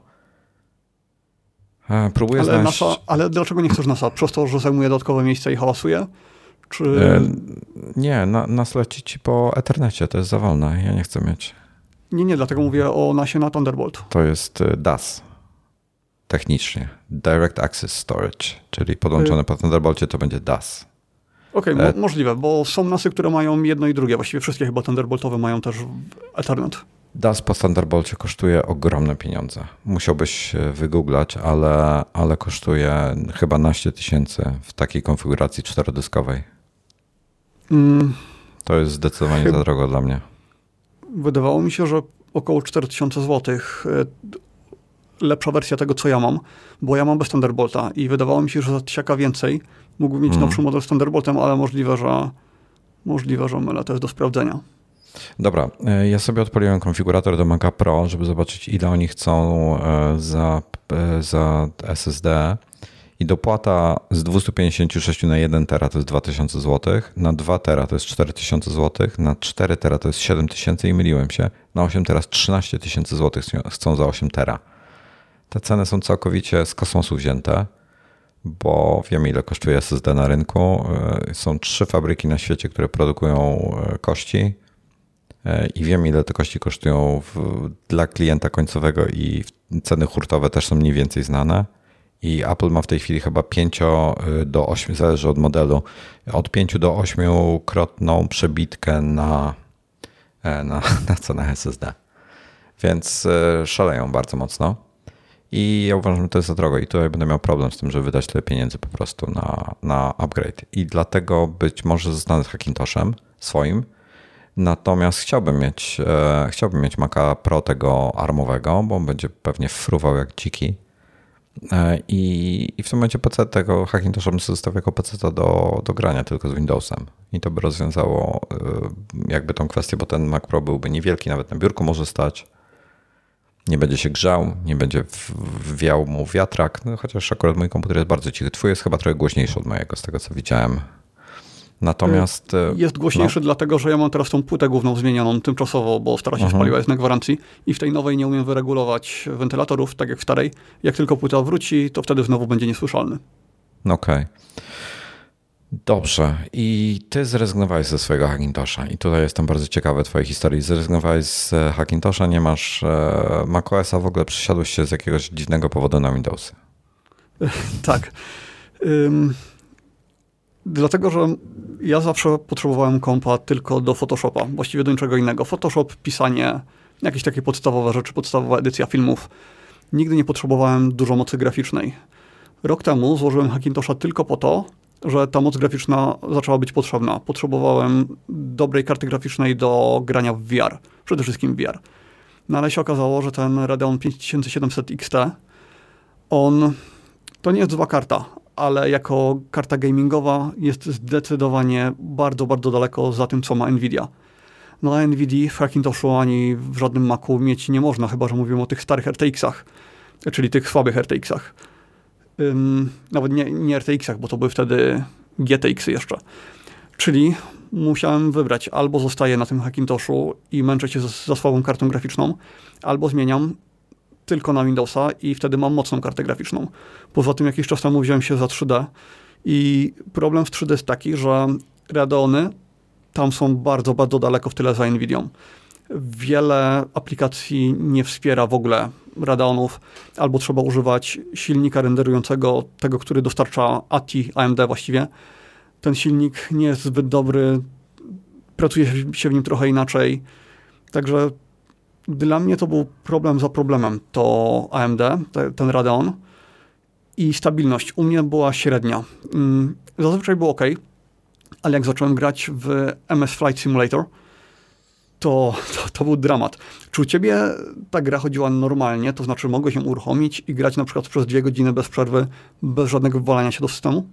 Próbuję ale, znaleźć... NASA, ale dlaczego nie chcesz NASA? Przez to, że zajmuje dodatkowe miejsce i hałasuje? Czy... E, nie, na, nas leci ci po Ethernecie, to jest za wolne, ja nie chcę mieć. Nie, nie, dlatego mówię o nasie na Thunderbolt. To jest D A S. Technicznie. Direct Access Storage, czyli podłączone y... po Thunderbolcie to będzie D A S. Okej, okay, e... mo- możliwe, bo są nasy, które mają jedno i drugie. Właściwie wszystkie chyba Thunderboltowe mają też Ethernet. D A S po Thunderbolcie kosztuje ogromne pieniądze. Musiałbyś wygooglać, ale, ale kosztuje chyba naście tysięcy w takiej konfiguracji czterodyskowej. Mm. To jest zdecydowanie Chyb... za drogo dla mnie. Wydawało mi się, że około cztery tysiące złotych. Lepsza wersja tego, co ja mam, bo ja mam bez Thunderbolta i wydawało mi się, że za tysiaka więcej mógłbym mieć mm. nowszy model z Thunderboltem, ale możliwe, że możliwe, że mylę. To jest do sprawdzenia. Dobra, ja sobie odpaliłem konfigurator do Maca Pro, żeby zobaczyć, ile oni chcą za, za S S D i dopłata z dwieście pięćdziesiąt sześć na jeden tera to jest dwa tysiące złotych, na dwa tera to jest cztery tysiące złotych, na cztery tera to jest siedem tysięcy i myliłem się, na osiem tera trzynaście tysięcy złotych chcą za osiem tera. Te ceny są całkowicie z kosmosu wzięte, bo wiem, ile kosztuje S S D na rynku. Są trzy fabryki na świecie, które produkują kości i wiem, ile te kości kosztują w, dla klienta końcowego i ceny hurtowe też są mniej więcej znane. I Apple ma w tej chwili chyba pięć do ośmiu, zależy od modelu, od pięć do ośmiokrotną przebitkę na, na, na cenę S S D. Więc szaleją bardzo mocno. I ja uważam, że to jest za drogo i tutaj będę miał problem z tym, żeby wydać tyle pieniędzy po prostu na, na upgrade. I dlatego być może zostanę z Hackintoshem swoim. Natomiast chciałbym mieć, e, chciałbym mieć Maca Pro tego armowego, bo on będzie pewnie fruwał jak dziki. E, i, I w tym momencie P C tego Hackintosha bym sobie zostawił jako P C do, do grania tylko z Windowsem. I to by rozwiązało e, jakby tą kwestię, bo ten Mac Pro byłby niewielki, nawet na biurku może stać. Nie będzie się grzał, nie będzie wiał mu wiatrak, no, chociaż akurat mój komputer jest bardzo cichy. Twój jest chyba trochę głośniejszy od mojego, z tego co widziałem. Natomiast... Jest głośniejszy no. dlatego, że ja mam teraz tą płytę główną zmienioną tymczasowo, bo stara się uh-huh. spaliła, jest na gwarancji i w tej nowej nie umiem wyregulować wentylatorów, tak jak w starej. Jak tylko płyta wróci, to wtedy znowu będzie niesłyszalny. Okej. Okay. Dobrze. I ty zrezygnowałeś ze swojego Hackintosha i tutaj jestem bardzo ciekawy twojej historii. Zrezygnowałeś z Hackintosha, nie masz macOSa, w ogóle przesiadłeś się z jakiegoś dziwnego powodu na Windowsy. Tak. Um, dlatego, że ja zawsze potrzebowałem kompa tylko do Photoshopa, właściwie do niczego innego. Photoshop, pisanie, jakieś takie podstawowe rzeczy, podstawowa edycja filmów. Nigdy nie potrzebowałem dużo mocy graficznej. Rok temu złożyłem Hackintosha tylko po to, że ta moc graficzna zaczęła być potrzebna. Potrzebowałem dobrej karty graficznej do grania w V R, przede wszystkim w V R. No ale się okazało, że ten Radeon pięć tysięcy siedemset X T, on to nie jest zła karta, ale jako karta gamingowa jest zdecydowanie bardzo, bardzo daleko za tym, co ma Nvidia. No a Nvidia w Hackintoshu ani w żadnym Macu mieć nie można, chyba że mówimy o tych starych R T X-ach, czyli tych słabych R T X-ach. Um, nawet nie, nie R T X-ach, bo to były wtedy G T X-y jeszcze. Czyli musiałem wybrać, albo zostaję na tym Hackintoshu i męczę się za, za słabą kartą graficzną, albo zmieniam tylko na Windowsa i wtedy mam mocną kartę graficzną. Poza tym jakiś czas temu wziąłem się za trzy D i problem w trzy D jest taki, że Radeony tam są bardzo, bardzo daleko w tyle za Nvidią. Wiele aplikacji nie wspiera w ogóle Radeonów, albo trzeba używać silnika renderującego, tego, który dostarcza A T I, A M D właściwie. Ten silnik nie jest zbyt dobry, pracuje się w nim trochę inaczej. Także dla mnie to był problem za problemem, to A M D, te, ten Radeon i stabilność. U mnie była średnia. Zazwyczaj było ok, ale jak zacząłem grać w M S Flight Simulator, to, to, to był dramat. Czy u ciebie ta gra chodziła normalnie, to znaczy mogłeś ją uruchomić i grać na przykład przez dwie godziny bez przerwy, bez żadnego wywalania się do systemu?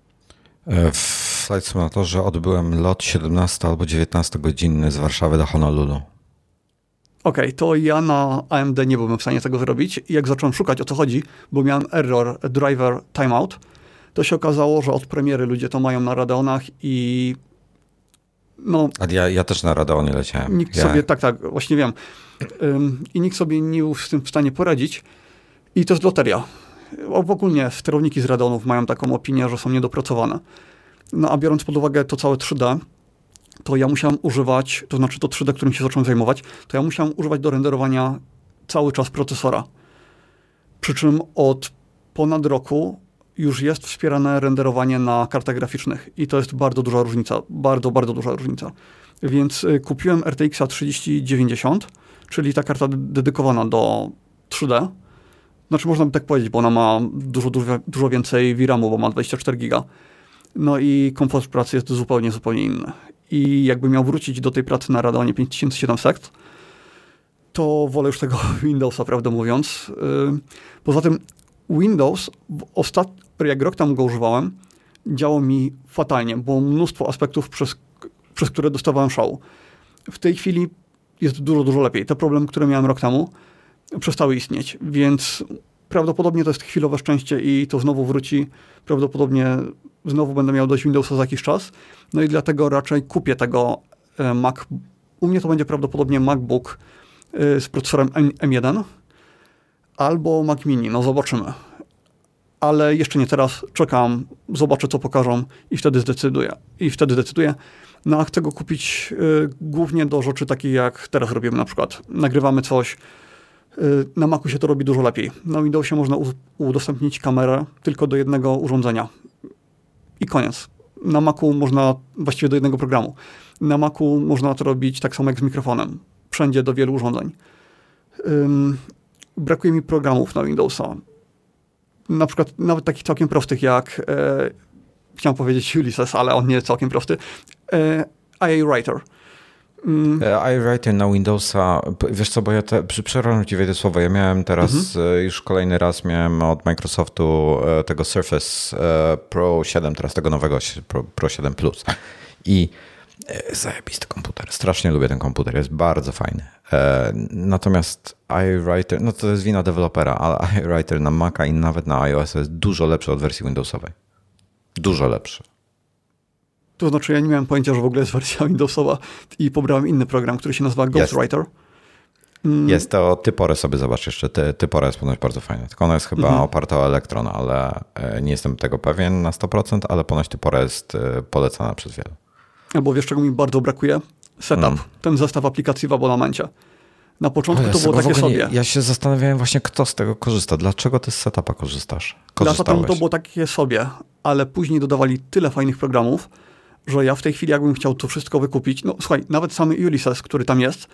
W Flight Simulatorze odbyłem lot siedemnasto albo dziewiętnasto godzinny z Warszawy do Honolulu. Okej, okay, to ja na A M D nie byłem w stanie tego zrobić. I jak zacząłem szukać, o co chodzi, bo miałem error driver timeout, to się okazało, że od premiery ludzie to mają na Radeonach i no... A ja, ja też na Radeonie leciałem. Nikt ja... sobie, tak, tak, właśnie wiem. Ym, I nikt sobie nie był z tym w stanie poradzić. I to jest loteria. Ogólnie sterowniki z Radeonów mają taką opinię, że są niedopracowane. No a biorąc pod uwagę to całe trzy D, to ja musiałem używać, to znaczy to trzy D, którym się zacząłem zajmować, to ja musiałem używać do renderowania cały czas procesora. Przy czym od ponad roku już jest wspierane renderowanie na kartach graficznych i to jest bardzo duża różnica, bardzo, bardzo duża różnica. Więc y, kupiłem R T X trzydzieści dziewięćdziesiąt, czyli ta karta dedykowana do trzy D. Znaczy można by tak powiedzieć, bo ona ma dużo, dużo, dużo więcej V RAMu, bo ma dwadzieścia cztery giga. No i komfort pracy jest zupełnie, zupełnie inny. I jakby miał wrócić do tej pracy na Radeonie pięć tysięcy siedemset, to wolę już tego Windowsa, prawdę mówiąc. Yy, poza tym Windows, ostat... jak rok temu go używałem, działał mi fatalnie, było mnóstwo aspektów, przez, przez które dostawałem szału. W tej chwili jest dużo, dużo lepiej. Te problemy, które miałem rok temu, przestały istnieć, więc prawdopodobnie to jest chwilowe szczęście i to znowu wróci. Prawdopodobnie znowu będę miał dość Windowsa za jakiś czas. No i dlatego raczej kupię tego e, Mac. U mnie to będzie prawdopodobnie MacBook e, z procesorem M jeden albo Mac Mini. No zobaczymy. Ale jeszcze nie teraz. Czekam, zobaczę co pokażą i wtedy zdecyduję. I wtedy decyduję. No a chcę go kupić e, głównie do rzeczy takich jak teraz robimy na przykład. Nagrywamy coś. Na Macu się to robi dużo lepiej. Na Windowsie można udostępnić kamerę tylko do jednego urządzenia. I koniec. Na Macu można, właściwie do jednego programu. Na Macu można to robić tak samo jak z mikrofonem. Wszędzie do wielu urządzeń. Ym, brakuje mi programów na Windowsa. Na przykład nawet takich całkiem prostych jak, e, chciałem powiedzieć Ulysses, ale on nie jest całkiem prosty. E, I A Writer. Mm. iWriter na Windowsa, wiesz co, bo ja te, przepraszam ci wejdę słowo, ja miałem teraz, mhm. już kolejny raz miałem od Microsoftu tego Surface Pro siedem, teraz tego nowego Pro, Pro siedem Plus i zajebisty komputer, strasznie lubię ten komputer, jest bardzo fajny. Natomiast iWriter, no to jest wina dewelopera, ale iWriter na Maca i nawet na iOS jest dużo lepszy od wersji Windowsowej. Dużo lepszy. To znaczy, ja nie miałem pojęcia, że w ogóle jest wersja Windowsowa i pobrałem inny program, który się nazywa Ghostwriter. Mm. Jest to Typore, sobie zobacz jeszcze. Ty, Typore jest ponoć bardzo fajne. Tylko ona jest chyba mhm. oparta o Electron, ale nie jestem tego pewien na sto procent, ale ponoć Typore jest polecana przez wielu. Albo wiesz, czego mi bardzo brakuje? Setup. Mm. Ten zestaw aplikacji w abonamencie. Na początku o, ja to było takie sobie. Nie, ja się zastanawiałem właśnie, kto z tego korzysta. Dlaczego ty z setupa korzystasz? Lata temu to było takie sobie, ale później dodawali tyle fajnych programów, że ja w tej chwili jakbym chciał to wszystko wykupić, no słuchaj, nawet samy Ulysses, który tam jest,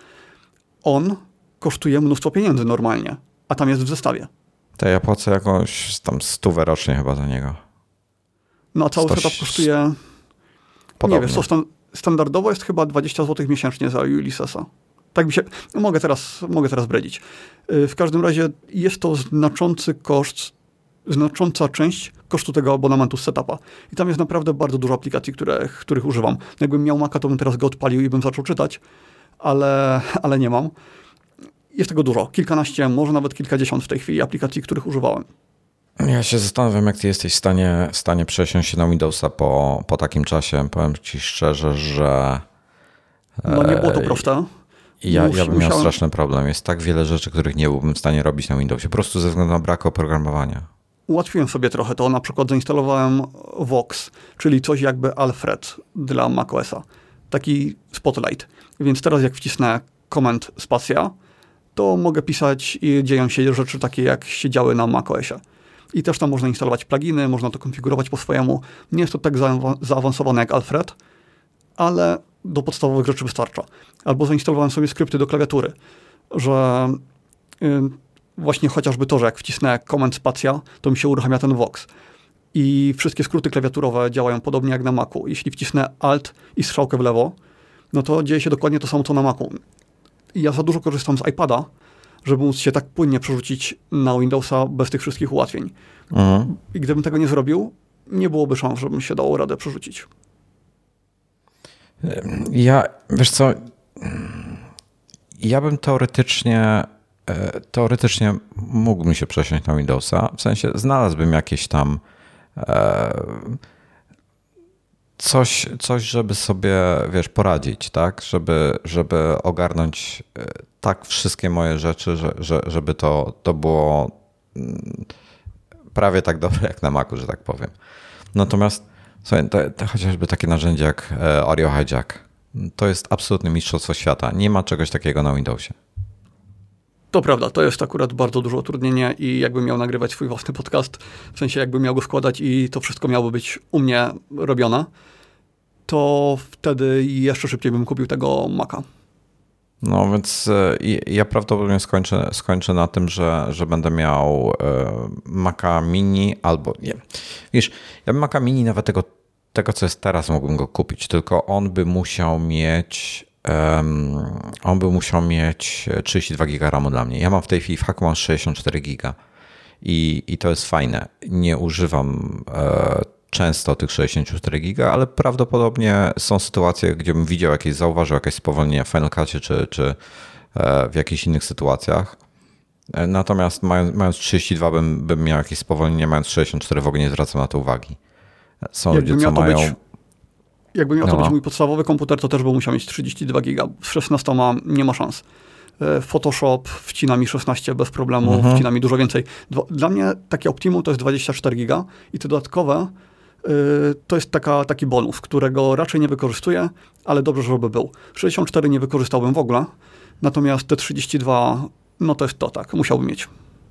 on kosztuje mnóstwo pieniędzy normalnie, a tam jest w zestawie. To ja płacę jakąś tam stówę rocznie chyba za niego. No a cały sto... setup kosztuje, podobnie. Nie wiesz, co stan- standardowo jest chyba dwadzieścia złotych miesięcznie za Ulyssesa. Tak mi się, no mogę teraz, mogę teraz bredzić. W każdym razie jest to znaczący koszt, znacząca część kosztu tego abonamentu z setupa. I tam jest naprawdę bardzo dużo aplikacji, które, których używam. Jakbym miał Maca, to bym teraz go odpalił i bym zaczął czytać, ale, ale nie mam. Jest tego dużo. Kilkanaście, może nawet kilkadziesiąt w tej chwili aplikacji, których używałem. Ja się zastanawiam, jak ty jesteś w stanie, w stanie przesiąść się na Windowsa po, po takim czasie. Powiem ci szczerze, że... No nie było to proste. Ja, ja bym miał straszny problem. Jest tak wiele rzeczy, których nie byłbym w stanie robić na Windowsie, po prostu ze względu na brak oprogramowania. Ułatwiłem sobie trochę to. Na przykład zainstalowałem Vox, czyli coś jakby Alfred dla macOSa. Taki Spotlight. Więc teraz jak wcisnę Command Spacja, to mogę pisać i dzieją się rzeczy takie, jak się działy na macOSie. I też tam można instalować pluginy, można to konfigurować po swojemu. Nie jest to tak za- zaawansowane jak Alfred, ale do podstawowych rzeczy wystarcza. Albo zainstalowałem sobie skrypty do klawiatury, że yy, właśnie chociażby to, że jak wcisnę Command Spacja, to mi się uruchamia ten Vox. I wszystkie skróty klawiaturowe działają podobnie jak na Macu. Jeśli wcisnę Alt i strzałkę w lewo, no to dzieje się dokładnie to samo, co na Macu. I ja za dużo korzystam z iPada, żeby móc się tak płynnie przerzucić na Windowsa bez tych wszystkich ułatwień. Mhm. I gdybym tego nie zrobił, nie byłoby szans, żebym się dało radę przerzucić. Ja, wiesz co, ja bym teoretycznie teoretycznie mógłbym się przesiąść na Windowsa, w sensie znalazłbym jakieś tam coś, coś żeby sobie, wiesz, poradzić, tak, żeby, żeby ogarnąć tak wszystkie moje rzeczy, że, że, żeby to, to było prawie tak dobre jak na Macu, że tak powiem. Natomiast słuchaj, to, to chociażby takie narzędzie jak Audio Hijack, to jest absolutne mistrzostwo świata. Nie ma czegoś takiego na Windowsie. To prawda, to jest akurat bardzo duże utrudnienie i jakbym miał nagrywać swój własny podcast, w sensie jakbym miał go składać i to wszystko miało być u mnie robione, to wtedy jeszcze szybciej bym kupił tego Maca. No więc ja prawdopodobnie skończę, skończę na tym, że, że będę miał Maca Mini albo nie. Wiesz, ja bym Maca Mini nawet tego, tego, co jest teraz, mógłbym go kupić, tylko on by musiał mieć um, on by musiał mieć trzydzieści dwa giga ramu dla mnie. Ja mam w tej chwili w haku mam sześćdziesiąt cztery giga i, i to jest fajne. Nie używam e, często tych sześćdziesiąt cztery giga, ale prawdopodobnie są sytuacje, gdzie bym widział jakieś, zauważył jakieś spowolnienie w Final Cutie czy, czy w jakichś innych sytuacjach. Natomiast mając, mając trzydzieści dwa bym, bym miał jakieś spowolnienie, mając sześćdziesiąt cztery w ogóle nie zwracam na to uwagi. Są jakby ludzie, co mają... Być, jakby miał no. to być mój podstawowy komputer, to też by musiał mieć trzydzieści dwa giga. Z szesnastoma nie ma szans. Photoshop wcina mi szesnaście bez problemu, mhm. wcina mi dużo więcej. Dla mnie takie optimum to jest dwadzieścia cztery giga i te dodatkowe to jest taka, taki bonus, którego raczej nie wykorzystuję, ale dobrze, żeby był. sześćdziesiąt cztery nie wykorzystałbym w ogóle, natomiast te trzydzieści dwa, no to jest to, tak, musiałbym mieć.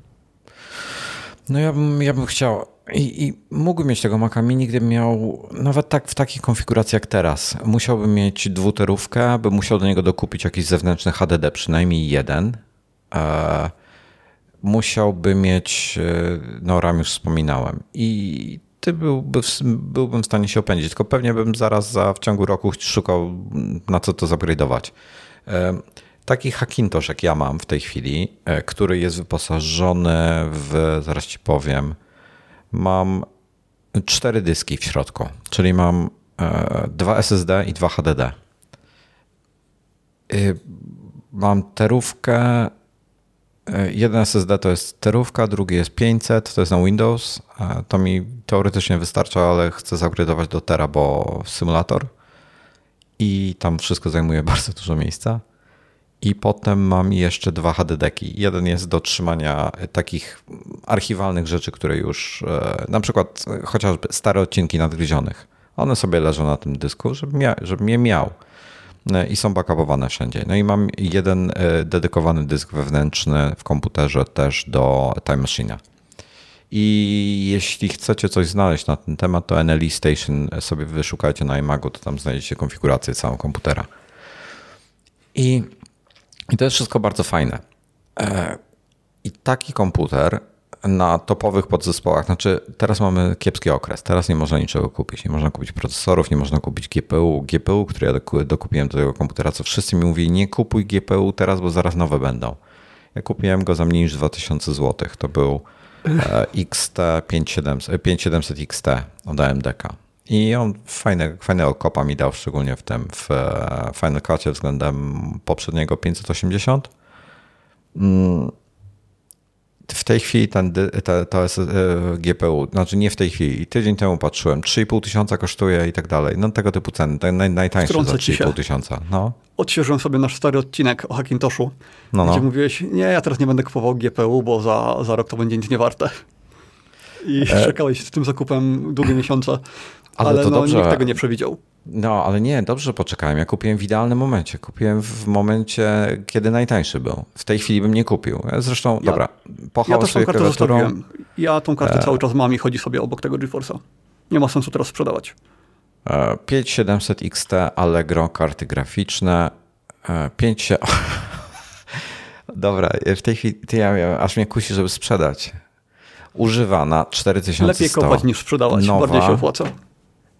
No ja bym, ja bym chciał i, i mógłbym mieć tego Maca Mini, gdybym miał nawet tak w takiej konfiguracji jak teraz. Musiałbym mieć dwuterówkę, bym musiał do niego dokupić jakiś zewnętrzny H D D, przynajmniej jeden. E, musiałby mieć, no RAM już wspominałem i ty byłby, byłbym w stanie się opędzić, tylko pewnie bym zaraz za, w ciągu roku szukał, na co to zupgrade'ować. Taki Hackintosh, jak ja mam w tej chwili, który jest wyposażony w, zaraz ci powiem, mam cztery dyski w środku, czyli mam dwa S S D i dwa H D D. Mam terówkę. Jeden S S D to jest terówka, drugi jest pięćset, to jest na Windows. To mi teoretycznie wystarcza, ale chcę zupgrade'ować do tera, bo symulator. I tam wszystko zajmuje bardzo dużo miejsca. I potem mam jeszcze dwa H D D-ki. Jeden jest do trzymania takich archiwalnych rzeczy, które już, na przykład chociażby stare odcinki nadgryzionych. One sobie leżą na tym dysku, żebym, mia- żebym je miał. I są backupowane wszędzie. No i mam jeden dedykowany dysk wewnętrzny w komputerze też do Time Machine'a. I jeśli chcecie coś znaleźć na ten temat, to N L E Station sobie wyszukajcie na iMagu, to tam znajdziecie konfigurację całego komputera. I, i to jest wszystko bardzo fajne. I taki komputer na topowych podzespołach, znaczy teraz mamy kiepski okres, teraz nie można niczego kupić, nie można kupić procesorów, nie można kupić G P U, G P U, który ja dokupiłem do tego komputera, co wszyscy mi mówili, nie kupuj G P U teraz, bo zaraz nowe będą. Ja kupiłem go za mniej niż dwa tysiące złotych, to był X T pięć tysiące siedemset X T od A M D K i on fajne, fajnego kopa mi dał, szczególnie w tym, w Final Cutie względem poprzedniego pięćset osiemdziesiąt. W tej chwili ten, to, to jest G P U, znaczy nie w tej chwili, tydzień temu patrzyłem, trzy i pół tysiąca kosztuje i tak dalej. No tego typu ceny, ten naj, najtańszy za trzy i pół tysiąca. No. Odświeżyłem sobie nasz stary odcinek o Hackintoshu, no, no. gdzie mówiłeś, nie, ja teraz nie będę kupował G P U, bo za, za rok to będzie nic nie warte. I e... czekałeś z tym zakupem długie miesiące, ale, ale to no, dobrze. Nikt tego nie przewidział. No, ale nie, dobrze, że poczekałem. Ja kupiłem w idealnym momencie. Kupiłem w momencie, kiedy najtańszy był. W tej chwili bym nie kupił. Zresztą, ja, dobra, ja też tą kartę zostawiłem. Ja tą kartę e... cały czas mam i chodzi sobie obok tego GeForce'a. Nie ma sensu teraz sprzedawać. pięć tysiące siedemset X T Allegro, karty graficzne. pięć Dobra, w tej chwili ty, ja, ja, aż mnie kusi, żeby sprzedać. Używana cztery tysiące sto. Lepiej kopać niż sprzedawać, nowa, bardziej się opłaca.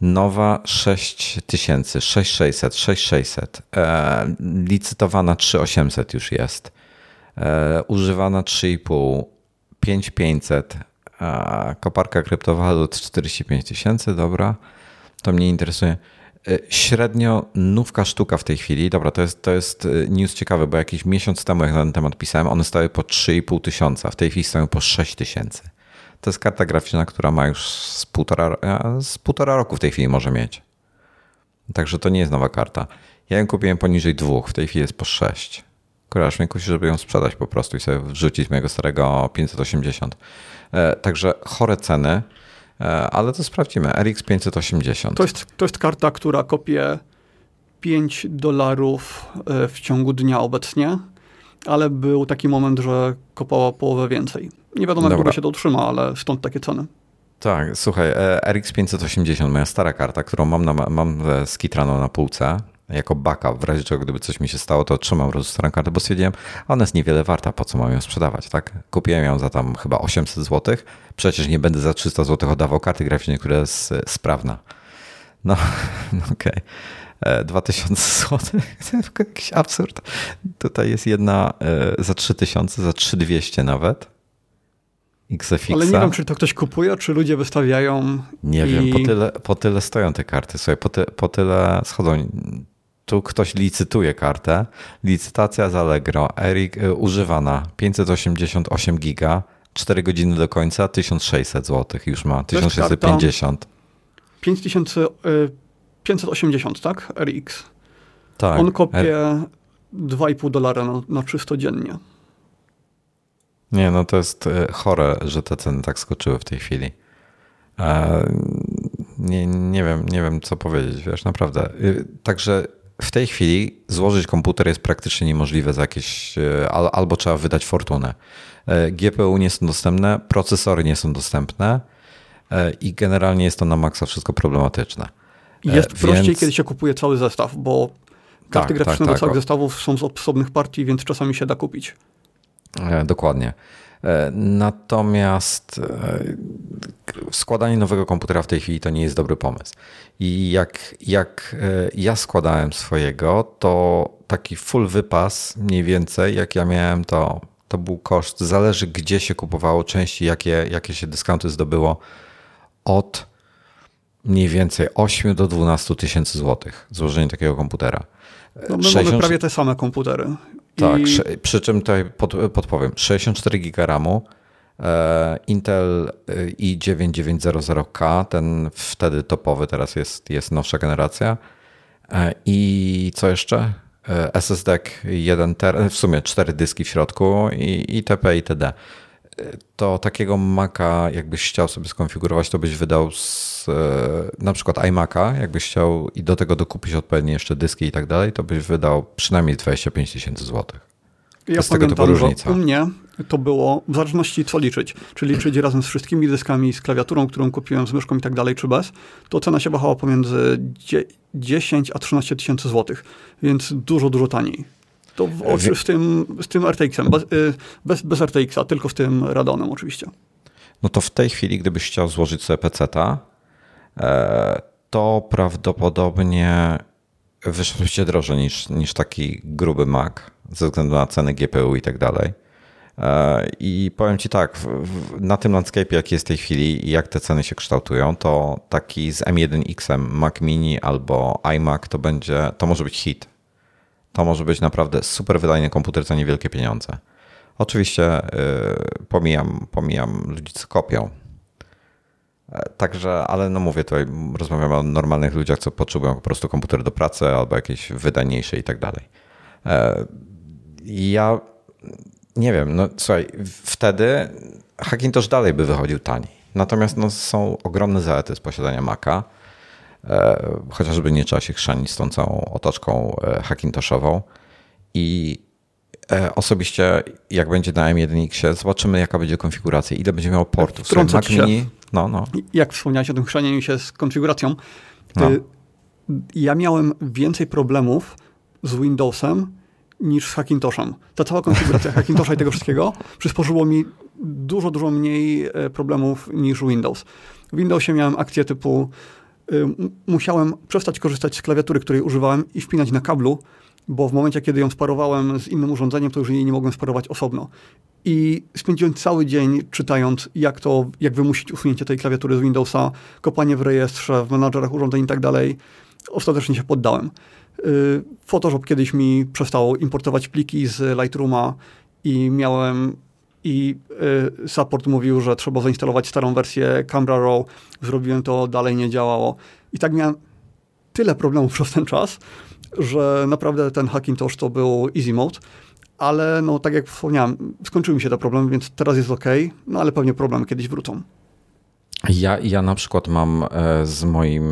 Nowa sześć tysięcy, sześć tysięcy sześćset, sześć tysięcy sześćset. E, licytowana trzy tysiące osiemset już jest. E, używana trzy i pół, pięć tysięcy pięćset. E, koparka kryptowalut czterdzieści pięć tysięcy, dobra. To mnie interesuje. E, średnio nówka sztuka w tej chwili, dobra, to jest, to jest news ciekawy, bo jakiś miesiąc temu, jak na ten temat pisałem, one stały po trzy i pół tysiąca, w tej chwili stoją po sześć tysięcy. To jest karta graficzna, która ma już z półtora, z półtora roku w tej chwili może mieć. Także to nie jest nowa karta. Ja ją kupiłem poniżej dwóch, w tej chwili jest po sześć. Kuraż mnie kusi, żeby ją sprzedać po prostu i sobie wrzucić mojego starego pięćset osiemdziesiąt. Także chore ceny, ale to sprawdzimy. R X pięćset osiemdziesiąt. To jest, to jest karta, która kopie pięć dolarów w ciągu dnia obecnie, ale był taki moment, że kopała połowę więcej. Nie wiadomo, jak długo się to utrzyma, ale stąd takie ceny. Tak, słuchaj, R X pięćset osiemdziesiąt, moja stara karta, którą mam, na, mam skitraną na półce, jako backup, w razie czego, gdyby coś mi się stało, to trzymam po prostu starą kartę, bo stwierdziłem, a ona jest niewiele warta, po co mam ją sprzedawać, tak? Kupiłem ją za tam chyba osiemset złotych, przecież nie będę za trzysta złotych oddawał karty graficznej, która jest sprawna. No, no okej. Okay. dwa tysiące złotych, to jest jakiś absurd. Tutaj jest jedna za trzy tysiące, za trzy tysiące dwieście nawet. X F X. Ale nie wiem, czy to ktoś kupuje, czy ludzie wystawiają. Nie i... wiem, po tyle, po tyle stoją te karty. Słuchaj, po, ty, po tyle schodzą. Tu ktoś licytuje kartę. Licytacja z Allegro, Erik, używana, pięćset osiemdziesiąt osiem giga, cztery godziny do końca, tysiąc sześćset złotych już ma, tysiąc sześćset pięćdziesiąt. pięć tysięcy pięćset osiemdziesiąt, tak? R X. Tak. On kopie R... dwa i pół dolara na, na czysto dziennie. Nie, no to jest chore, że te ceny tak skoczyły w tej chwili. Nie, nie wiem, nie wiem co powiedzieć, wiesz, naprawdę. Także w tej chwili złożyć komputer jest praktycznie niemożliwe za jakieś, albo trzeba wydać fortunę. G P U nie są dostępne, procesory nie są dostępne i generalnie jest to na maksa wszystko problematyczne. Jest Więc... prościej, kiedy się kupuje cały zestaw, bo karty tak, graficzne tak, do całych tak. zestawów są z osobnych partii, więc czasami się da kupić. Dokładnie. Natomiast składanie nowego komputera w tej chwili to nie jest dobry pomysł. I jak, jak ja składałem swojego, to taki full wypas mniej więcej, jak ja miałem, to, to był koszt, zależy gdzie się kupowało części, jakie, jakie się dyskonty zdobyło, od mniej więcej osiem do dwunastu tysięcy złotych złożenie takiego komputera. No my sześćdziesiąt... mamy prawie te same komputery. Tak, I... przy czym tutaj pod, podpowiem, sześćdziesiąt cztery giga ramu, e, Intel i dziewięć tysiąc dziewięćset K, ten wtedy topowy, teraz jest, jest nowsza generacja. E, I co jeszcze? E, S S D jeden tera, w sumie cztery dyski w środku i itp. itd. To takiego Maca, jakbyś chciał sobie skonfigurować, to byś wydał z, na przykład iMac'a, jakbyś chciał i do tego dokupić odpowiednie jeszcze dyski i tak dalej, to byś wydał przynajmniej dwadzieścia pięć tysięcy złotych. Ja jest pamiętam, tego typu różnica. U mnie to było w zależności co liczyć. Czy liczyć razem z wszystkimi dyskami, z klawiaturą, którą kupiłem, z myszką i tak dalej, czy bez, to cena się wahała pomiędzy dziesięć a trzynaście tysięcy złotych, więc dużo, dużo taniej. To w oczy z tym, z tym R T X-em, bez, bez, bez R T X-a, tylko z tym Radeonem oczywiście. No to w tej chwili, gdybyś chciał złożyć sobie peceta, to prawdopodobnie wyszłobyście drożej niż, niż taki gruby Mac, ze względu na ceny G P U i tak dalej. I powiem ci tak, na tym landscape'ie, jaki jest w tej chwili i jak te ceny się kształtują, to taki z M jeden X-em Mac Mini albo iMac to będzie, to może być hit. To może być naprawdę super wydajny komputer za niewielkie pieniądze. Oczywiście yy, pomijam, pomijam ludzi, co kopią. Także, ale no mówię, tutaj rozmawiamy o normalnych ludziach, co potrzebują po prostu komputer do pracy albo jakieś wydajniejsze i tak dalej. Ja nie wiem, no słuchaj, wtedy Hackintosh dalej by wychodził taniej. Natomiast no, są ogromne zalety z posiadania Maca. Chociażby nie trzeba się chrzanić z tą całą otoczką Hackintoshową. I osobiście, jak będzie na M jeden X-ie, zobaczymy, jaka będzie konfiguracja, ile będzie miało portów. Wtrącę Mac Mini, no, no. Jak wspomniałeś o tym chrzanieniu się z konfiguracją, no. ja miałem więcej problemów z Windowsem niż z Hackintoshem. Ta cała konfiguracja Hackintosha i tego wszystkiego przysporzyło mi dużo, dużo mniej problemów niż Windows. W Windowsie miałem akcje typu musiałem przestać korzystać z klawiatury, której używałem i wpinać na kablu, bo w momencie, kiedy ją sparowałem z innym urządzeniem, to już jej nie mogłem sparować osobno. I spędziłem cały dzień czytając, jak to, jak wymusić usunięcie tej klawiatury z Windowsa, kopanie w rejestrze, w menadżerach urządzeń i tak dalej. Ostatecznie się poddałem. Photoshop kiedyś mi przestał importować pliki z Lightrooma i miałem i support mówił, że trzeba zainstalować starą wersję Camera Raw. Zrobiłem to, dalej nie działało. I tak miałem tyle problemów przez ten czas, że naprawdę ten Hackintosh to był easy mode. Ale no, tak jak wspomniałem, skończyły mi się te problemy, więc teraz jest ok, no ale pewnie problemy kiedyś wrócą. Ja, ja na przykład mam z moim,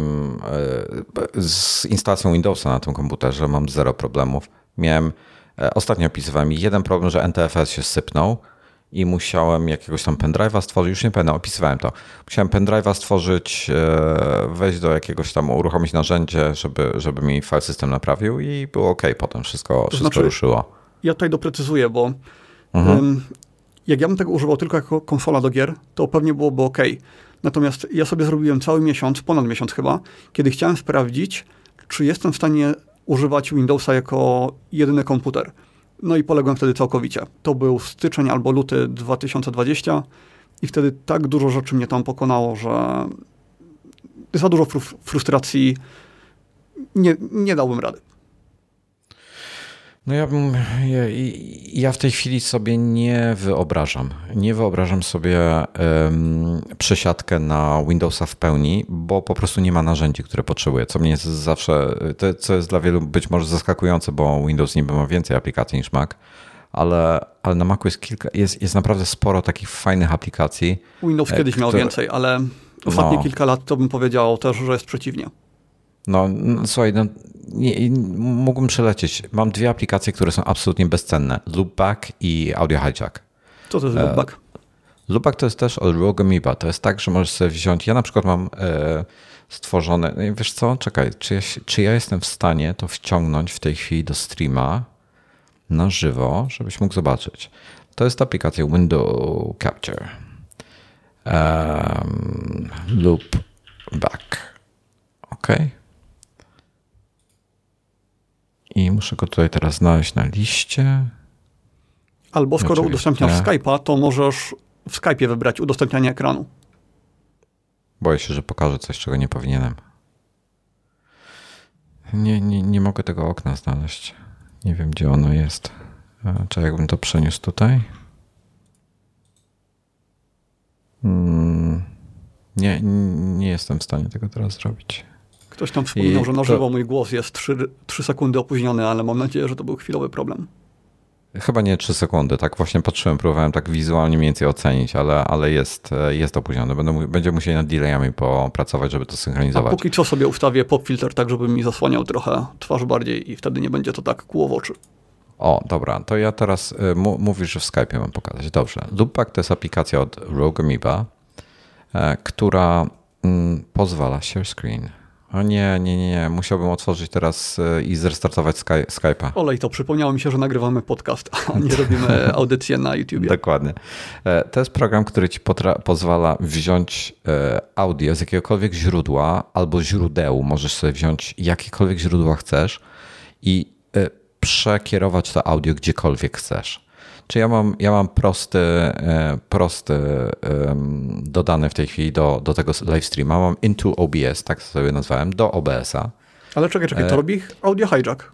z instalacją Windowsa na tym komputerze mam zero problemów. Miałem, ostatnio opisywałem jeden problem, że N T F S się sypnął i musiałem jakiegoś tam pendrive'a stworzyć, już nie pamiętam, opisywałem to. Musiałem pendrive'a stworzyć, wejść do jakiegoś tam, uruchomić narzędzie, żeby, żeby mi file system naprawił i było ok, potem wszystko, wszystko znaczy, ruszyło. Ja tutaj doprecyzuję, bo mhm. um, jak ja bym tego używał tylko jako konsola do gier, to pewnie byłoby ok. Natomiast ja sobie zrobiłem cały miesiąc, ponad miesiąc chyba, kiedy chciałem sprawdzić, czy jestem w stanie używać Windowsa jako jedyny komputer. No i poległem wtedy całkowicie. To był styczeń albo luty dwa tysiące dwudziesty i wtedy tak dużo rzeczy mnie tam pokonało, że za dużo fru- frustracji nie, nie dałbym rady. No ja bym, ja, ja w tej chwili sobie nie wyobrażam, nie wyobrażam sobie um, przesiadkę na Windowsa w pełni, bo po prostu nie ma narzędzi, które potrzebuję, co mnie jest zawsze, to, co jest dla wielu być może zaskakujące, bo Windows niby ma więcej aplikacji niż Mac, ale, ale na Macu jest kilka, jest, jest naprawdę sporo takich fajnych aplikacji. Windows kiedyś które, miał więcej, ale ostatnie no, kilka lat to bym powiedział też, że jest przeciwnie. No, no słuchaj, no, nie, mógłbym przelecieć. Mam dwie aplikacje, które są absolutnie bezcenne. Loopback i Audio Hijack. Co to jest Loopback? E, Loopback to jest też od Rogue Amoeba. To jest tak, że możesz sobie wziąć... Ja na przykład mam e, stworzone... Wiesz co? Czekaj. Czy ja, czy ja jestem w stanie to wciągnąć w tej chwili do streama na żywo, żebyś mógł zobaczyć. To jest aplikacja Window Capture. Um, Loopback. OK. I muszę go tutaj teraz znaleźć na liście. Albo skoro Oczywiście. udostępniasz Skype'a, to możesz w Skype'ie wybrać udostępnianie ekranu. Boję się, że pokażę coś, czego nie powinienem. Nie, nie, nie mogę tego okna znaleźć. Nie wiem, gdzie ono jest. Czy jakbym to przeniósł tutaj? Hmm. Nie, nie jestem w stanie tego teraz zrobić. Ktoś tam wspominał, I że na żywo to... mój głos jest trzy sekundy opóźniony, ale mam nadzieję, że to był chwilowy problem. Chyba nie trzy sekundy, tak właśnie patrzyłem, próbowałem tak wizualnie mniej więcej ocenić, ale, ale jest, jest opóźniony. Będę, będzie musieli nad delayami popracować, żeby to synchronizować. A póki co sobie ustawię pop filter tak, żeby mi zasłaniał trochę twarz bardziej i wtedy nie będzie to tak kłuło w oczy. O, dobra, to ja teraz y, mówisz, że w Skype'ie mam pokazać. Dobrze. Loopback to jest aplikacja od Rogue Amoeba, y, która y, pozwala share screen. O nie, nie, nie, musiałbym otworzyć teraz i zrestartować Sky, Skype'a. Olej, to przypomniało mi się, że nagrywamy podcast, a nie robimy audycję na YouTubie. Dokładnie. To jest program, który ci potra- pozwala wziąć audio z jakiegokolwiek źródła albo źródeł. Możesz sobie wziąć jakiekolwiek źródła chcesz i przekierować to audio gdziekolwiek chcesz. Czy ja mam, ja mam prosty, prosty um, dodany w tej chwili do, do tego live streama. Mam into O B S, tak sobie nazwałem, do O B S-a. Ale czekaj, czekaj, to e... robi Audio Hijack?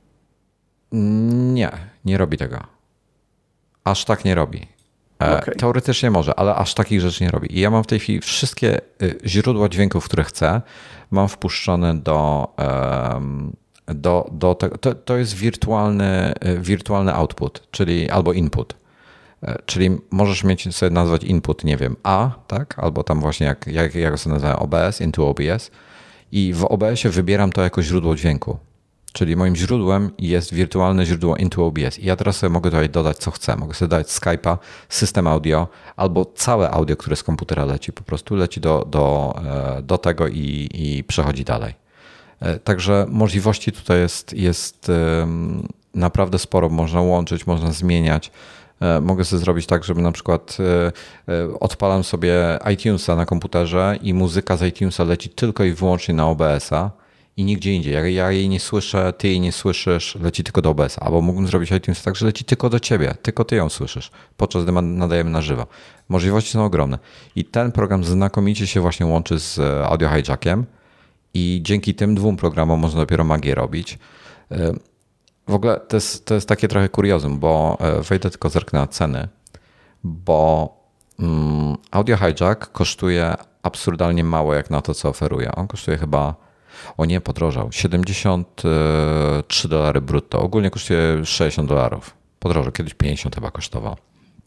Nie, nie robi tego. Aż tak nie robi. E, okay. Teoretycznie może, ale aż takich rzeczy nie robi. I ja mam w tej chwili wszystkie źródła dźwięków, które chcę, mam wpuszczone do... Um, Do, do tego. To, to jest wirtualny, wirtualny output, czyli albo input. Czyli możesz mieć sobie nazwać input, nie wiem, A, tak? Albo tam właśnie jak, jak, jak sobie nazywam O B S, into O B S. I w O B S-ie wybieram to jako źródło dźwięku. Czyli moim źródłem jest wirtualne źródło into O B S. I ja teraz sobie mogę tutaj dodać, co chcę. Mogę sobie dodać Skype'a, system audio, albo całe audio, które z komputera leci. Po prostu leci do, do, do tego i, i przechodzi dalej. Także możliwości tutaj jest, jest naprawdę sporo. Można łączyć, można zmieniać. Mogę sobie zrobić tak, żeby na przykład odpalam sobie iTunesa na komputerze i muzyka z iTunesa leci tylko i wyłącznie na O B S-a i nigdzie indziej. Jak ja jej nie słyszę, ty jej nie słyszysz, leci tylko do O B S-a. Albo mógłbym zrobić iTunesa tak, że leci tylko do ciebie, tylko ty ją słyszysz, podczas gdy nadajemy na żywo. Możliwości są ogromne. I ten program znakomicie się właśnie łączy z Audio Hijackiem i dzięki tym dwóm programom można dopiero magię robić. W ogóle to jest, to jest takie trochę kuriozum, bo wejdę tylko zerknę na ceny, bo um, Audio Hijack kosztuje absurdalnie mało jak na to, co oferuje. On kosztuje chyba, o nie, podrożał, siedemdziesiąt trzy dolary brutto. Ogólnie kosztuje sześćdziesiąt dolarów. Podrożał, kiedyś pięćdziesiąt chyba kosztował.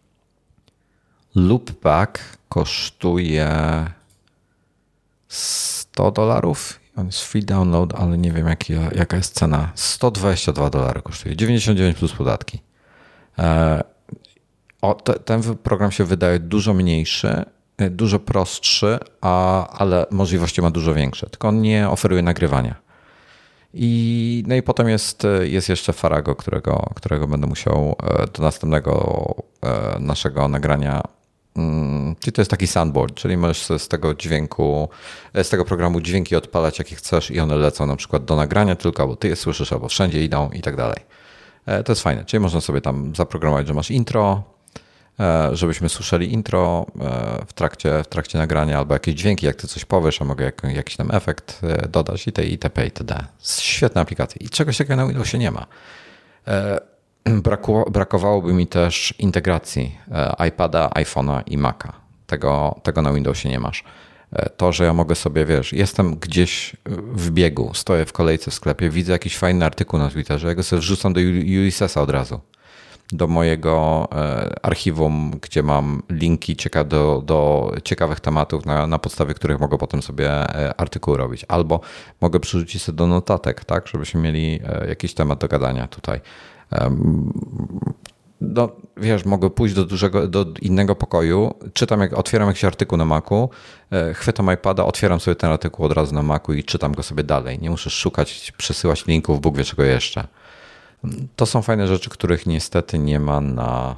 Loopback kosztuje sto dolarów. On jest free download, ale nie wiem jaki, jaka jest cena. sto dwadzieścia dwa dolary kosztuje. dziewięćdziesiąt dziewięć plus podatki. O, te, ten program się wydaje dużo mniejszy, dużo prostszy, a, ale możliwości ma dużo większe. Tylko on nie oferuje nagrywania. I, no i potem jest, jest jeszcze Farrago, którego, którego będę musiał do następnego naszego nagrania. Czyli to jest taki soundboard, czyli możesz z tego dźwięku, z tego programu dźwięki odpalać jakie chcesz i one lecą na przykład do nagrania tylko, albo ty je słyszysz, albo wszędzie idą i tak dalej. To jest fajne, czyli można sobie tam zaprogramować, że masz intro, żebyśmy słyszeli intro w trakcie, w trakcie nagrania, albo jakieś dźwięki, jak ty coś powiesz, a mogę jak, jakiś tam efekt dodać i itp. itd. Świetna aplikacja i czegoś takiego na Windowsie nie ma. Brakowałoby mi też integracji iPada, iPhone'a i Maca. Tego, tego na Windowsie nie masz. To, że ja mogę sobie, wiesz, jestem gdzieś w biegu, stoję w kolejce w sklepie, widzę jakiś fajny artykuł na Twitterze, ja go sobie wrzucam do U S S-a od razu. Do mojego archiwum, gdzie mam linki cieka- do, do ciekawych tematów, na, na podstawie których mogę potem sobie artykuł robić. Albo mogę przerzucić sobie do notatek, tak, żebyśmy mieli jakiś temat do gadania tutaj. No, wiesz, mogę pójść do dużego, do innego pokoju, czytam, jak otwieram jakiś artykuł na Macu, chwytam iPada, otwieram sobie ten artykuł od razu na Macu i czytam go sobie dalej. Nie muszę szukać, przesyłać linków, Bóg wie czego jeszcze. To są fajne rzeczy, których niestety nie ma na,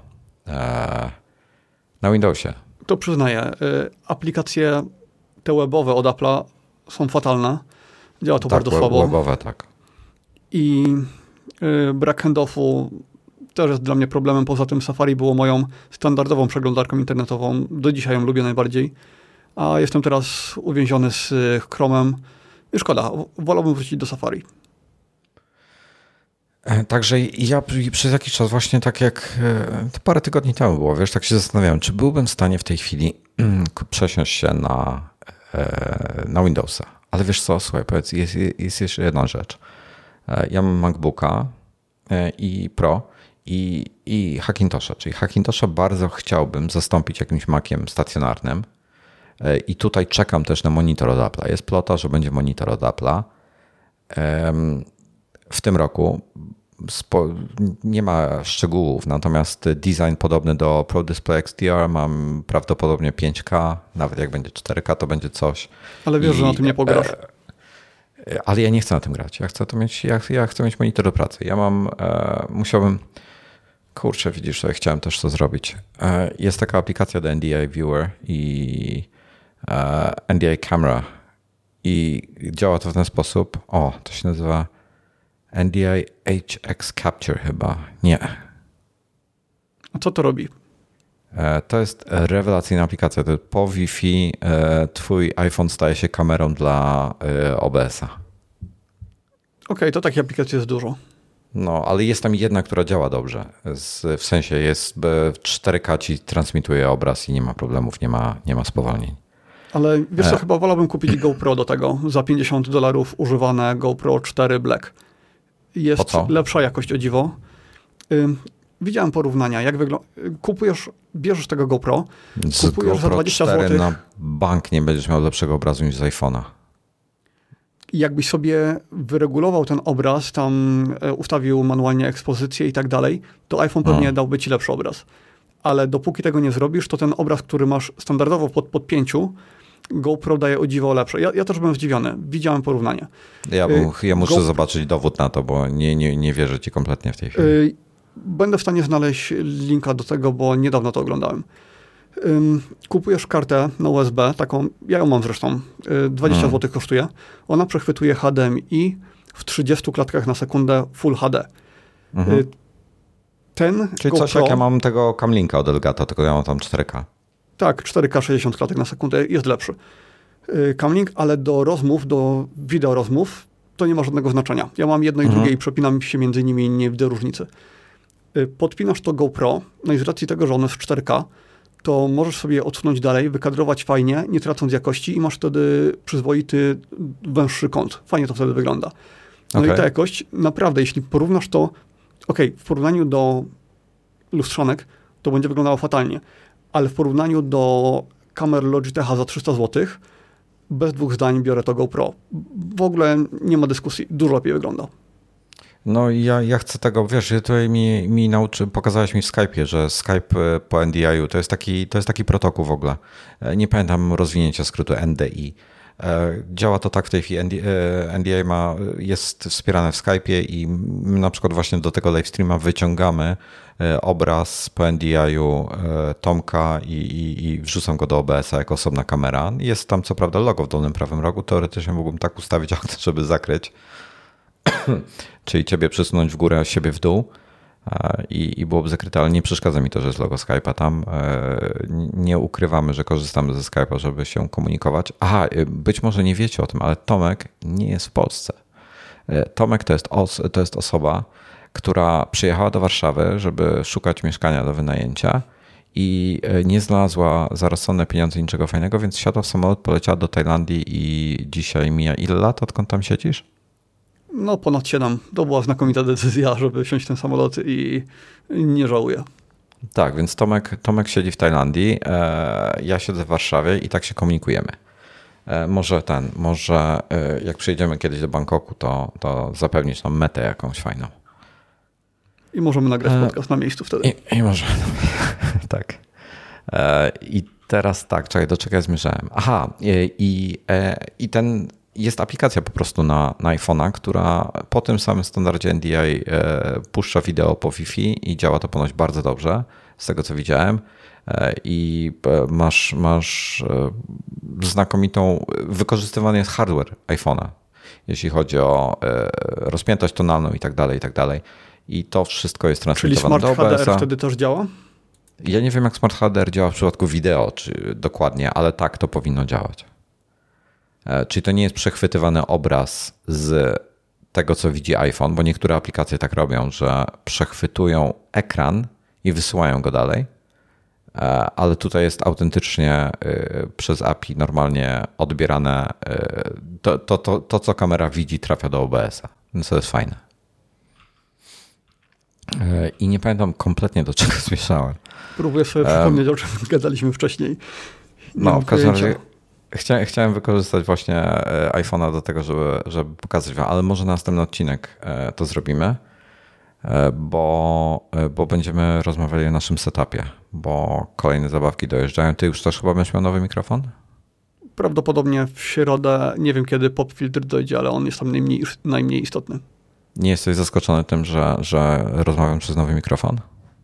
na Windowsie. To przyznaję, aplikacje te webowe od Apple'a są fatalne. Działa to tak, bardzo słabo. Webowe, tak. I brak handoffu też jest dla mnie problemem. Poza tym Safari było moją standardową przeglądarką internetową. Do dzisiaj ją lubię najbardziej. A jestem teraz uwięziony z Chromem. I szkoda, wolałbym wrócić do Safari. Także ja przez jakiś czas właśnie tak jak to parę tygodni temu było, wiesz, tak się zastanawiałem, czy byłbym w stanie w tej chwili przesiąść się na, na Windowsa. Ale wiesz co, słuchaj, powiedz, jest, jest jeszcze jedna rzecz. Ja mam MacBooka i Pro i, i Hackintosha, czyli Hackintosha bardzo chciałbym zastąpić jakimś Maciem stacjonarnym i tutaj czekam też na monitor od Apple'a. Jest plota, że będzie monitor od Apple'a w tym roku. Nie ma szczegółów, natomiast design podobny do Pro Display X D R, mam prawdopodobnie pięć K, nawet jak będzie cztery K, to będzie coś. Ale wiesz, I, że na tym nie pograsz. Ale ja nie chcę na tym grać. Ja chcę to mieć, ja, ja chcę mieć monitor do pracy. Ja mam, e, musiałbym, kurczę, widzisz, ja chciałem też to zrobić. E, jest taka aplikacja do N D I Viewer i e, N D I Camera i działa to w ten sposób. O, to się nazywa N D I H X Capture chyba. Nie. A co to robi? E, to jest rewelacyjna aplikacja. To po Wi-Fi e, twój iPhone staje się kamerą dla e, O B S-a. Okej, okay, to takich aplikacji jest dużo. No, ale jest tam jedna, która działa dobrze. Z, w sensie jest cztery K ci transmituje obraz i nie ma problemów, nie ma, nie ma spowolnień. Ale wiesz co, e... chyba wolałbym kupić GoPro do tego. Za pięćdziesiąt dolarów używane GoPro cztery Black. Jest lepsza jakość, o dziwo. Yy, widziałem porównania, jak wygląda. Kupujesz, bierzesz tego GoPro, z kupujesz GoPro za dwadzieścia złotych. Na bank nie będziesz miał lepszego obrazu niż z iPhone'a. Jakbyś sobie wyregulował ten obraz, tam ustawił manualnie ekspozycję i tak dalej, to iPhone pewnie hmm. dałby ci lepszy obraz. Ale dopóki tego nie zrobisz, to ten obraz, który masz standardowo pod podpięciu, GoPro daje o dziwo lepsze. Ja, ja też byłem zdziwiony. Widziałem porównanie. Ja, bym, ja muszę Go... zobaczyć dowód na to, bo nie, nie, nie wierzę ci kompletnie w tej chwili. Będę w stanie znaleźć linka do tego, bo niedawno to oglądałem. Kupujesz kartę na U S B, taką, ja ją mam zresztą, dwadzieścia Hmm. złotych kosztuje. Ona przechwytuje H D M I w trzydziestu klatkach na sekundę Full H D. Mhm. Ten Czyli GoPro, coś jak ja mam tego Camlinka od Elgato, tylko ja mam tam cztery K. Tak, cztery K sześćdziesiąt klatek na sekundę jest lepszy. Camlink, ale do rozmów, do wideo rozmów to nie ma żadnego znaczenia. Ja mam jedno i Mhm. drugie i przepinam się między nimi i nie widzę różnicy. Podpinasz to GoPro, no i z racji tego, że ono jest w cztery K, to możesz sobie je odsunąć dalej, wykadrować fajnie, nie tracąc jakości i masz wtedy przyzwoity, węższy kąt. Fajnie to wtedy wygląda. No Okay. i ta jakość, naprawdę, jeśli porównasz to, okej, okay, w porównaniu do lustrzanek, to będzie wyglądało fatalnie, ale w porównaniu do kamer Logitecha za trzysta złotych, bez dwóch zdań biorę to GoPro. W ogóle nie ma dyskusji, dużo lepiej wygląda. No ja, ja chcę tego, wiesz, tutaj mi, mi nauczy, pokazałeś mi w Skype'ie, że Skype po N D I u to jest taki, to jest taki protokół w ogóle. Nie pamiętam rozwinięcia skrótu N D I. Działa to tak w tej chwili, N D I ma, jest wspierane w Skype'ie i my na przykład właśnie do tego livestreama wyciągamy obraz po N D I u Tomka i, i, i wrzucam go do O B S a jako osobna kamera. Jest tam co prawda logo w dolnym prawym rogu, teoretycznie mógłbym tak ustawić okno, żeby zakryć. Czyli ciebie przesunąć w górę, a siebie w dół i, i byłoby zakryte, ale nie przeszkadza mi to, że jest logo Skype'a tam. Nie ukrywamy, że korzystamy ze Skype'a, żeby się komunikować. Aha, być może nie wiecie o tym, ale Tomek nie jest w Polsce. Tomek to jest, os, to jest osoba, która przyjechała do Warszawy, żeby szukać mieszkania do wynajęcia i nie znalazła za rozsądne pieniądze niczego fajnego, więc siadła w samolot, poleciała do Tajlandii i dzisiaj mija ile lat, odkąd tam siedzisz? No ponad siedem. To była znakomita decyzja, żeby wsiąść w ten samolot i nie żałuję. Tak, więc Tomek, Tomek siedzi w Tajlandii, e, ja siedzę w Warszawie i tak się komunikujemy. E, może ten, może e, jak przyjedziemy kiedyś do Bangkoku, to, to zapewnisz nam metę jakąś fajną. I możemy nagrać e, podcast na miejscu wtedy. I, i może, tak. E, I teraz tak, czekaj, do czego ja zmierzałem. Aha, i, i, e, i ten... Jest aplikacja po prostu na, na iPhone'a, która po tym samym standardzie N D I e, puszcza wideo po Wi-Fi i działa to ponoć bardzo dobrze, z tego co widziałem. E, I masz, masz e, znakomitą, wykorzystywany jest hardware iPhone'a, jeśli chodzi o e, rozpiętość tonalną i tak dalej, i tak dalej. I to wszystko jest transmitowane do O B S a. Czyli Smart H D R wtedy też działa? Ja nie wiem, jak Smart H D R działa w przypadku wideo, czy dokładnie, ale tak to powinno działać. Czyli to nie jest przechwytywany obraz z tego, co widzi iPhone, bo niektóre aplikacje tak robią, że przechwytują ekran i wysyłają go dalej, ale tutaj jest autentycznie przez A P I normalnie odbierane to, to, to, to co kamera widzi, trafia do O B S a, więc to jest fajne. I nie pamiętam kompletnie, do czego zmieszałem. Próbuję sobie um, przypomnieć, o czym gadaliśmy wcześniej. Nie no, w każdym razie Chciałem, chciałem wykorzystać właśnie iPhone'a do tego, żeby, żeby pokazać wam, ale może na następny odcinek to zrobimy, bo, bo będziemy rozmawiali o naszym setupie, bo kolejne zabawki dojeżdżają. Ty już też chyba będziesz miał nowy mikrofon? Prawdopodobnie w środę, nie wiem kiedy pop filter dojdzie, ale on jest tam najmniej, najmniej istotny. Nie jesteś zaskoczony tym, że, że rozmawiam przez nowy mikrofon?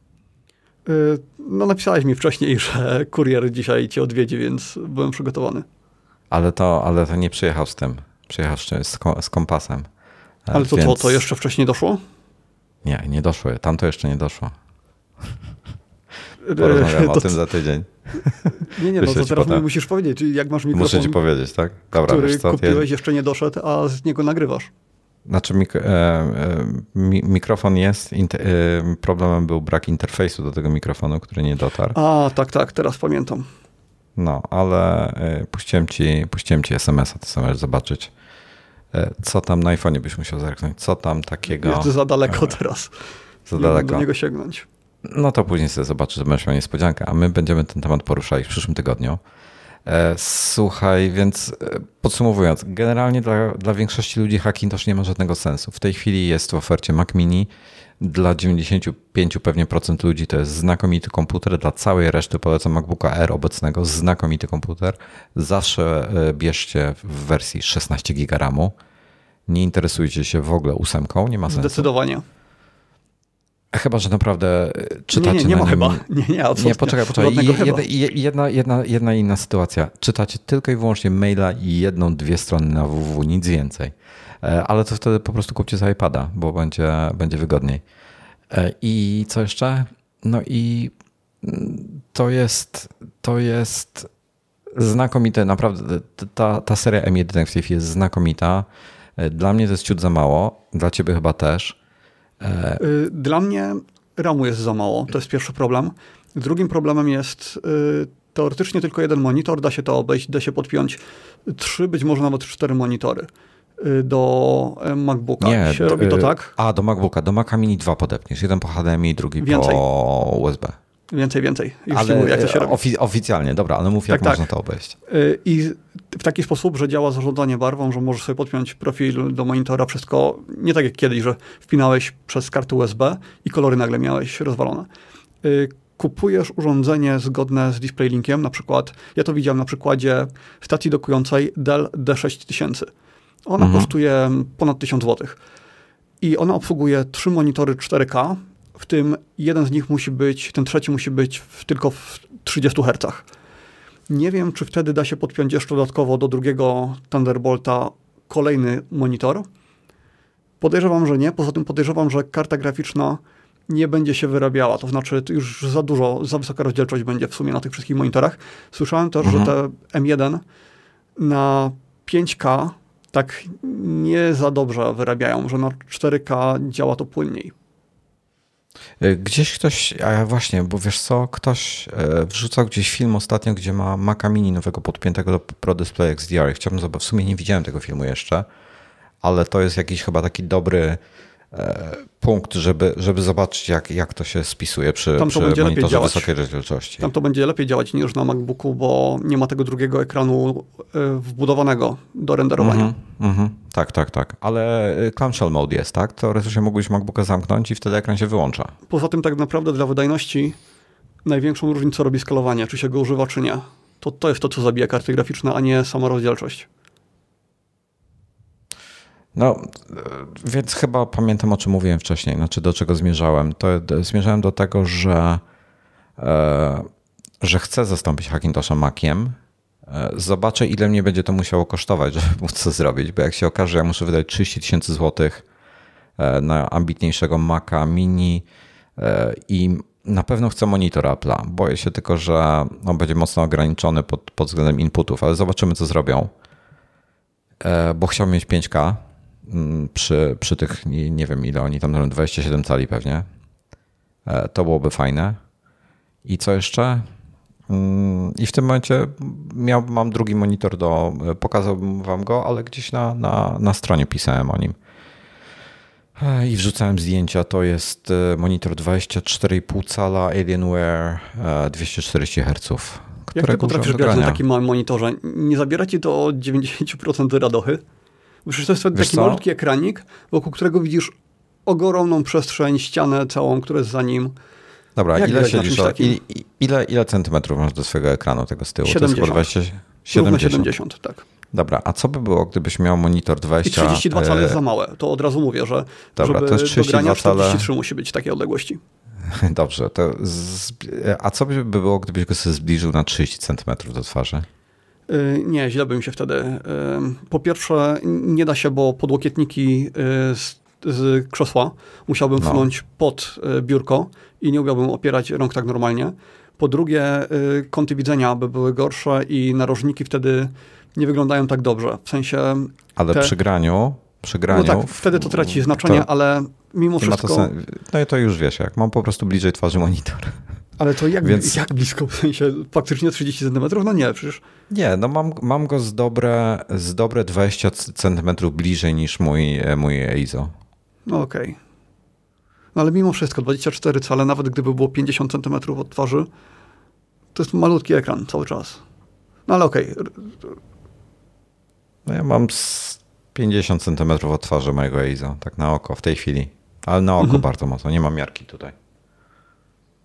No napisałeś mi wcześniej, że kurier dzisiaj cię odwiedzi, więc byłem przygotowany. Ale to, ale to nie przyjechał z tym. Przyjechał z, z kompasem. Ale to więc... co, to jeszcze wcześniej doszło? Nie, nie doszło. Tam to jeszcze nie doszło. Porozmawiamy to... o tym za tydzień. Nie, nie, no to teraz mi musisz powiedzieć, jak masz mikrofon, muszę ci powiedzieć, tak? Dobra, który wiesz co? kupiłeś, jeszcze nie doszedł, a z niego nagrywasz. Znaczy mik- e, mi- mikrofon jest, inter- e, problemem był brak interfejsu do tego mikrofonu, który nie dotarł. A, tak, tak, teraz pamiętam. No, ale e, puściłem ci, puściłem ci es em es a, to sobie możesz zobaczyć, e, co tam na iPhone'ie byś musiał zerknąć, co tam takiego... Jest za daleko e, teraz. Za daleko. Do niego sięgnąć. No to później sobie zobaczysz, że będziesz miał niespodziankę, a my będziemy ten temat poruszali w przyszłym tygodniu. Słuchaj, więc podsumowując, generalnie dla, dla większości ludzi Hackintosh nie ma żadnego sensu. W tej chwili jest w ofercie Mac Mini. Dla dziewięćdziesiąt pięć pewnie procent ludzi to jest znakomity komputer. Dla całej reszty polecam MacBooka Air obecnego. Znakomity komputer. Zawsze bierzcie w wersji szesnaście giga ramu. Nie interesujcie się w ogóle ósemką, nie ma sensu. Zdecydowanie. Chyba, że naprawdę czytacie nie, nie, nie na ma nim... chyba. Nie, nie, nie poczekaj, poczekaj. Jedna, jedna, jedna, jedna inna sytuacja. Czytacie tylko i wyłącznie maila i jedną, dwie strony na www, nic więcej. Ale to wtedy po prostu kupcie z iPada, bo będzie, będzie wygodniej. I co jeszcze? No i to jest, to jest znakomite. Naprawdę ta, ta seria M jeden w tej chwili jest znakomita. Dla mnie to jest ciut za mało. Dla ciebie chyba też. Dla mnie ramu jest za mało. To jest pierwszy problem. Drugim problemem jest teoretycznie tylko jeden monitor. Da się to obejść, da się podpiąć trzy, być może nawet cztery monitory. Do MacBooka. Nie, się robi to tak? A, do MacBooka. Do Maca Mini dwa podepniesz. Jeden po H D M I, drugi więcej. po U S B. Więcej, więcej. Już ale mówię, jak to się robi. Ofi- oficjalnie, dobra, ale mów, jak tak, można tak. to obejść. I w taki sposób, że działa zarządzanie barwą, że możesz sobie podpiąć profil do monitora, wszystko nie tak jak kiedyś, że wpinałeś przez kartę U S B i kolory nagle miałeś rozwalone. Kupujesz urządzenie zgodne z DisplayLinkiem, na przykład, ja to widziałem na przykładzie stacji dokującej Dell D sześć tysięcy. Ona mhm. kosztuje ponad tysiąc złotych. I ona obsługuje trzy monitory cztery K, w tym jeden z nich musi być, ten trzeci musi być w, tylko w trzydziestu hercach. Nie wiem, czy wtedy da się podpiąć jeszcze dodatkowo do drugiego Thunderbolta kolejny monitor. Podejrzewam, że nie. Poza tym podejrzewam, że karta graficzna nie będzie się wyrabiała. To znaczy już za dużo, za wysoka rozdzielczość będzie w sumie na tych wszystkich monitorach. Słyszałem też, mhm. że te M jeden na pięć K tak nie za dobrze wyrabiają, że na cztery K działa to płynniej. Gdzieś ktoś, a właśnie, bo wiesz co, ktoś wrzucał gdzieś film ostatnio, gdzie ma Maca Mini nowego podpiętego do Pro Display X D R. Chciałbym zobaczyć, w sumie nie widziałem tego filmu jeszcze, ale to jest jakiś chyba taki dobry e, punkt, żeby, żeby zobaczyć, jak, jak to się spisuje przy, przy monitorze wysokiej rozdzielczości. Tam to będzie lepiej działać niż na MacBooku, bo nie ma tego drugiego ekranu wbudowanego do renderowania. Mm-hmm, mm-hmm. Tak, tak, tak. Ale clamshell mode jest, tak? Teoretycznie mógłbyś MacBooka zamknąć i wtedy ekran się wyłącza. Poza tym tak naprawdę dla wydajności największą różnicą robi skalowanie, czy się go używa, czy nie. To, to jest to, co zabija karty graficzne, a nie sama rozdzielczość. No, więc chyba pamiętam, o czym mówiłem wcześniej, znaczy do czego zmierzałem. To zmierzałem do tego, że, e, że chcę zastąpić Hackintosha Maciem. E, zobaczę, ile mnie będzie to musiało kosztować, żeby móc to zrobić, bo jak się okaże, że ja muszę wydać trzydzieści tysięcy złotych na ambitniejszego Maca Mini e, i na pewno chcę monitor Apple'a. Boję się tylko, że on będzie mocno ograniczony pod, pod względem inputów, ale zobaczymy, co zrobią. E, bo chciałbym mieć pięć K. Przy, przy tych, nie, nie wiem ile oni tam mają, dwadzieścia siedem cali pewnie. To byłoby fajne. I co jeszcze? I w tym momencie miał, mam drugi monitor, do, pokazałbym wam go, ale gdzieś na, na, na stronie pisałem o nim. I wrzucałem zdjęcia. To jest monitor dwadzieścia cztery i pół cala Alienware dwieście czterdzieści herców. Jak ty potrafisz grać na takim małym monitorze? Nie zabiera ci to dziewięćdziesiąt procent radochy? Przecież to jest Wiesz taki co? malutki ekranik, wokół którego widzisz ogromną przestrzeń, ścianę całą, która jest za nim. Dobra, Jak ile siedzisz? Ile, ile, ile centymetrów masz do swojego ekranu tego z tyłu? siedemdziesiąt. To jest dwadzieścia, siedemdziesiąt. siedemdziesiąt, tak. Dobra, a co by było, gdybyś miał monitor dwadzieścia... I trzydzieści dwa cale jest za małe. To od razu mówię, że Dobra, żeby to jest do grania cale... czterdzieści trzy musi być takiej odległości. Dobrze, to z... a co by było, gdybyś go sobie zbliżył na trzydzieści centymetrów do twarzy? Nie, źle by mi się wtedy. Po pierwsze, nie da się, bo podłokietniki z, z krzesła musiałbym no. wsunąć pod biurko i nie umiałbym opierać rąk tak normalnie. Po drugie, kąty widzenia by były gorsze i narożniki wtedy nie wyglądają tak dobrze. W sensie... Ale te... przy graniu... Przy graniu no tak, wtedy to traci znaczenie, to, ale mimo wszystko... To sen... No i to już wiesz jak, mam po prostu bliżej twarzy monitor. Ale to jak, Więc... jak blisko? W sensie faktycznie trzydzieści centymetrów? No nie, przecież... Nie, no mam, mam go z dobre, z dobre dwadzieścia centymetrów bliżej niż mój, mój E I Z O. No okej. Okay. No ale mimo wszystko dwadzieścia cztery cale, nawet gdyby było pięćdziesiąt centymetrów od twarzy, to jest malutki ekran cały czas. No ale okej. Okay. No ja mam pięćdziesiąt centymetrów od twarzy mojego E I Z O, tak na oko w tej chwili. Ale na oko mhm. bardzo mocno, nie mam miarki tutaj.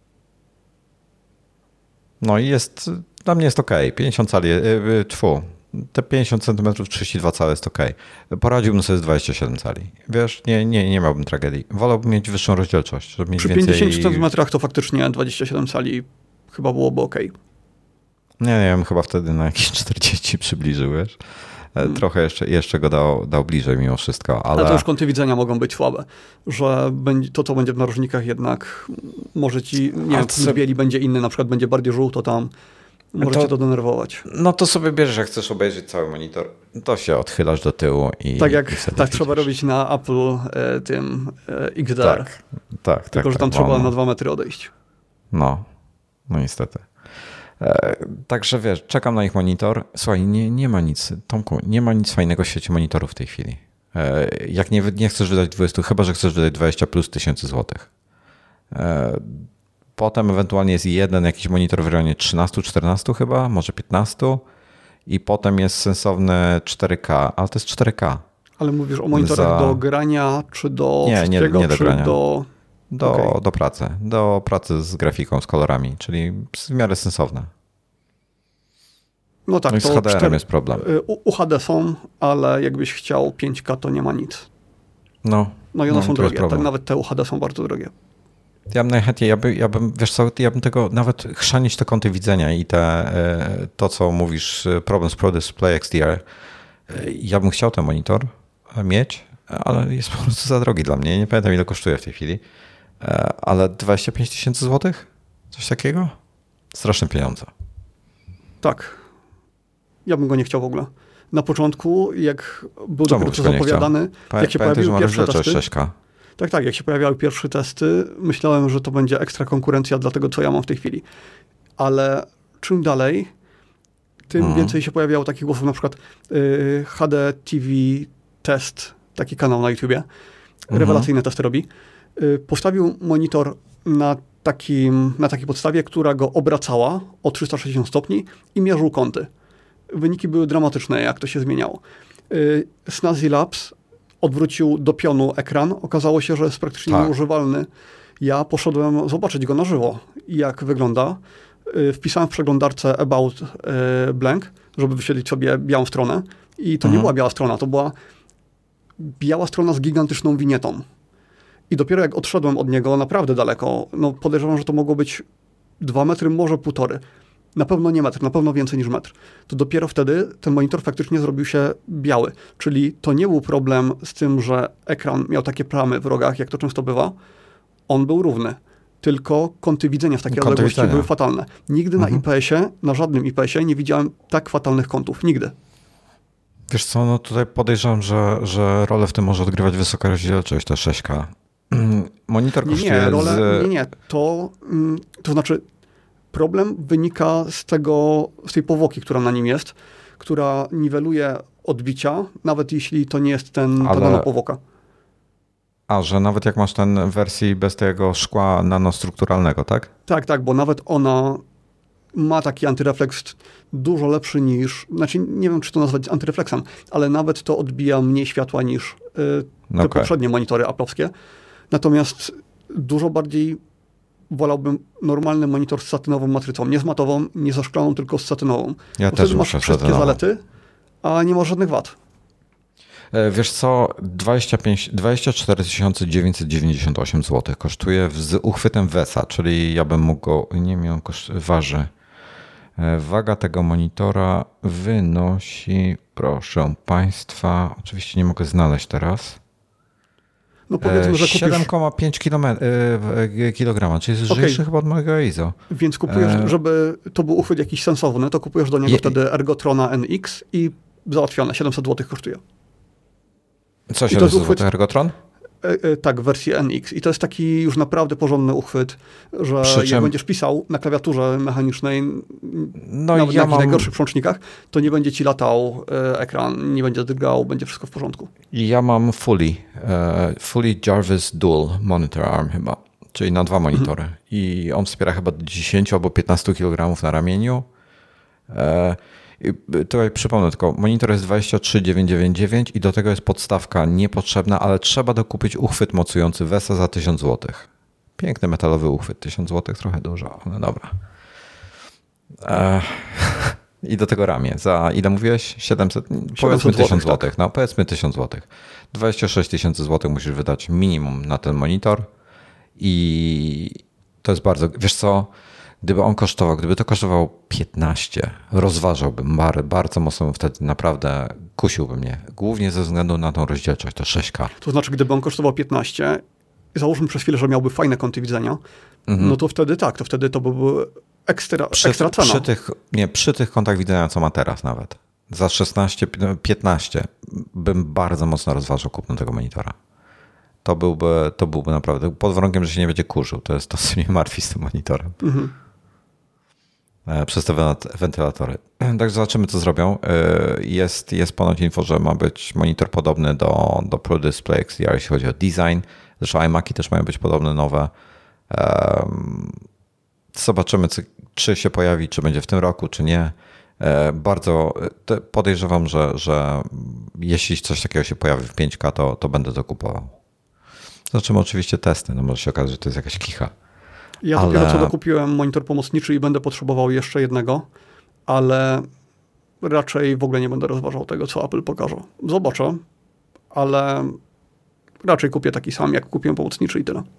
No i jest, dla mnie jest okej. pięćdziesiąt cali, tfu, te pięćdziesiąt centymetrów, trzydzieści dwa cale jest ok. Poradziłbym sobie z dwadzieścia siedem cali. Wiesz, nie, nie, nie miałbym tragedii. Wolałbym mieć wyższą rozdzielczość. Żeby mieć Przy więcej... pięćdziesięciu centymetrach to faktycznie dwadzieścia siedem cali chyba byłoby ok. Nie, nie wiem, chyba wtedy na jakieś czterdzieści przybliżył, wiesz. Hmm. Trochę jeszcze, jeszcze go dał, dał bliżej mimo wszystko, ale... Ale to już kąty widzenia mogą być słabe, że to, co będzie w narożnikach jednak może ci, nie wiem, co... bieli będzie inny, na przykład będzie bardziej żółto tam, może to... cię to denerwować. No to sobie bierzesz, jak chcesz obejrzeć cały monitor, to się odchylasz do tyłu i... Tak jak, i tak trzeba robić na Apple e, tym e, X D R. Tak, tak. Tylko, tak, że tam tak, trzeba no. na dwa metry odejść. No, no niestety. Także wiesz, czekam na ich monitor. Słuchaj, nie, nie ma nic, Tomku, nie ma nic fajnego w świecie monitorów w tej chwili. Jak nie, nie chcesz wydać dwadzieścia, chyba że chcesz wydać dwadzieścia plus tysięcy złotych. Potem ewentualnie jest jeden jakiś monitor w rejonie trzynaście czternaście chyba, może piętnaście i potem jest sensowny cztery K, ale to jest cztery K. Ale mówisz o monitorach Za... do grania, czy do nie, wszystkiego, nie, nie do czy grania. do... Do, okay. do pracy, do pracy z grafiką, z kolorami, czyli w miarę sensowne. No tak, no i z to H D R-em cztery, jest problem. U, U H D są, ale jakbyś chciał pięć K, to nie ma nic. No, no i one no, są drogie, tak, nawet te U H D są bardzo drogie. Ja bym najchętniej, ja, by, ja bym, wiesz co, ja bym tego nawet chrzanić te kąty widzenia i te, to, co mówisz, problem z Pro Display X D R. Ja bym chciał ten monitor mieć, ale jest po prostu za drogi dla mnie. Nie pamiętam, ile kosztuje w tej chwili. Ale dwadzieścia pięć tysięcy złotych? Coś takiego? Straszne pieniądze. Tak. Ja bym go nie chciał w ogóle. Na początku, jak był dopiero co zapowiadany, pa, jak się pamiętaj, pojawiły pierwsze testy, sześć K. tak, tak, jak się pojawiały pierwsze testy, myślałem, że to będzie ekstra konkurencja dla tego, co ja mam w tej chwili. Ale czym dalej, tym hmm. więcej się pojawiało takich głosów, na przykład yy, H D T V Test, taki kanał na YouTubie, hmm. rewelacyjne testy robi. Postawił monitor na, takim, na takiej podstawie, która go obracała o trzysta sześćdziesiąt stopni i mierzył kąty. Wyniki były dramatyczne, jak to się zmieniało. Snazzy Labs odwrócił do pionu ekran. Okazało się, że jest praktycznie tak. nieużywalny. Ja poszedłem zobaczyć go na żywo, jak wygląda. Wpisałem w przeglądarce About Blank, żeby wyświetlić sobie białą stronę. I to mhm. nie była biała strona, to była biała strona z gigantyczną winietą. I dopiero jak odszedłem od niego naprawdę daleko, no podejrzewam, że to mogło być dwa metry, może półtory. Na pewno nie metr, na pewno więcej niż metr. To dopiero wtedy ten monitor faktycznie zrobił się biały. Czyli to nie był problem z tym, że ekran miał takie plamy w rogach, jak to często bywa. On był równy. Tylko kąty widzenia w takiej kąty odległości widzenia. były fatalne. Nigdy mhm. na I P S-ie, na żadnym I P S-ie nie widziałem tak fatalnych kątów. Nigdy. Wiesz co, no tutaj podejrzewam, że, że rolę w tym może odgrywać wysoka rozdzielczość, ta sześć K. Monitor kosztuje... Nie, nie, rolę, z... nie, nie. To, to znaczy problem wynika z tego, z tej powłoki, która na nim jest, która niweluje odbicia, nawet jeśli to nie jest ten, Ale... ta nanopowłoka. A, że nawet jak masz ten wersji bez tego szkła nanostrukturalnego, tak? Tak, tak, bo nawet ona ma taki antyrefleks dużo lepszy niż, znaczy nie wiem, czy to nazwać antyrefleksem, ale nawet to odbija mniej światła niż y, te okay. poprzednie monitory Apple'owskie. Natomiast dużo bardziej wolałbym normalny monitor z satynową matrycą. Nie z matową, nie ze szklaną, tylko z satynową. Ja bo też wtedy masz wszystkie satynową. zalety, a nie masz żadnych wad. Wiesz co, dwadzieścia pięć, dwadzieścia cztery tysiące dziewięćset dziewięćdziesiąt osiem złotych kosztuje z uchwytem W E S A, czyli ja bym mógł go, nie wiem, koszt, waży. Waga tego monitora wynosi, proszę Państwa, oczywiście nie mogę znaleźć teraz, no powiedzmy, że kupisz... siedem przecinek pięć kilograma, czyli jest lżejszy okay. chyba od mojego I S O. Więc kupujesz, e... żeby to był uchwyt jakiś sensowny, to kupujesz do niego Je... wtedy Ergotrona N X i załatwione, siedemset złotych kosztuje. Co, siedemset złotych Ergotron? E, e, tak, w wersji N X. I to jest taki już naprawdę porządny uchwyt, że Przy jak czym... będziesz pisał na klawiaturze mechanicznej, no nawet ja na mam... najgorszych przełącznikach, to nie będzie ci latał e, ekran, nie będzie drgał, będzie wszystko w porządku. Ja mam Fully, e, Fully Jarvis Dual Monitor Arm chyba, czyli na dwa monitory. Mhm. I on wspiera chyba dziesięć albo piętnaście kilogramów na ramieniu. E, I tutaj przypomnę tylko, monitor jest dwadzieścia trzy dziewięćset dziewięćdziesiąt dziewięć i do tego jest podstawka niepotrzebna, ale trzeba dokupić uchwyt mocujący W E S A za tysiąc złotych. Piękny metalowy uchwyt, tysiąc złotych, trochę dużo, ale dobra. Ech. I do tego ramię. Za ile mówiłeś? siedemset? Powiedzmy tysiąc złotych. Tak. No powiedzmy tysiąc złotych. dwadzieścia sześć tysięcy złotych musisz wydać minimum na ten monitor i to jest bardzo... Wiesz co? Gdyby on kosztował, gdyby to kosztowało piętnaście, rozważałbym bardzo, bardzo mocno, wtedy naprawdę kusiłby mnie. Głównie ze względu na tą rozdzielczość, to sześć K. To znaczy, gdyby on kosztował piętnaście, załóżmy przez chwilę, że miałby fajne kąty widzenia, mhm. no to wtedy tak, to wtedy to by były ekstra, przy, ekstra cena. Przy tych, nie, przy tych kątach widzenia, co ma teraz nawet. Za szesnaście, piętnaście bym bardzo mocno rozważał kupno tego monitora. To byłby, to byłby naprawdę, pod warunkiem, że się nie będzie kurzył. To jest to, co mnie martwi z tym monitorem. Mhm. Przez te wentylatory. Także zobaczymy, co zrobią. Jest, jest ponoć info, że ma być monitor podobny do, do Pro Display X D R, jeśli chodzi o design. Zresztą iMaki też mają być podobne, nowe. Zobaczymy, czy się pojawi, czy będzie w tym roku, czy nie. Bardzo podejrzewam, że, że jeśli coś takiego się pojawi w pięć K, to, to będę to kupował. Zobaczymy oczywiście testy. No może się okazać, że to jest jakaś kicha. Ja ale... dopiero co dokupiłem monitor pomocniczy i będę potrzebował jeszcze jednego, ale raczej w ogóle nie będę rozważał tego, co Apple pokaże. Zobaczę, ale raczej kupię taki sam, jak kupiłem pomocniczy i tyle.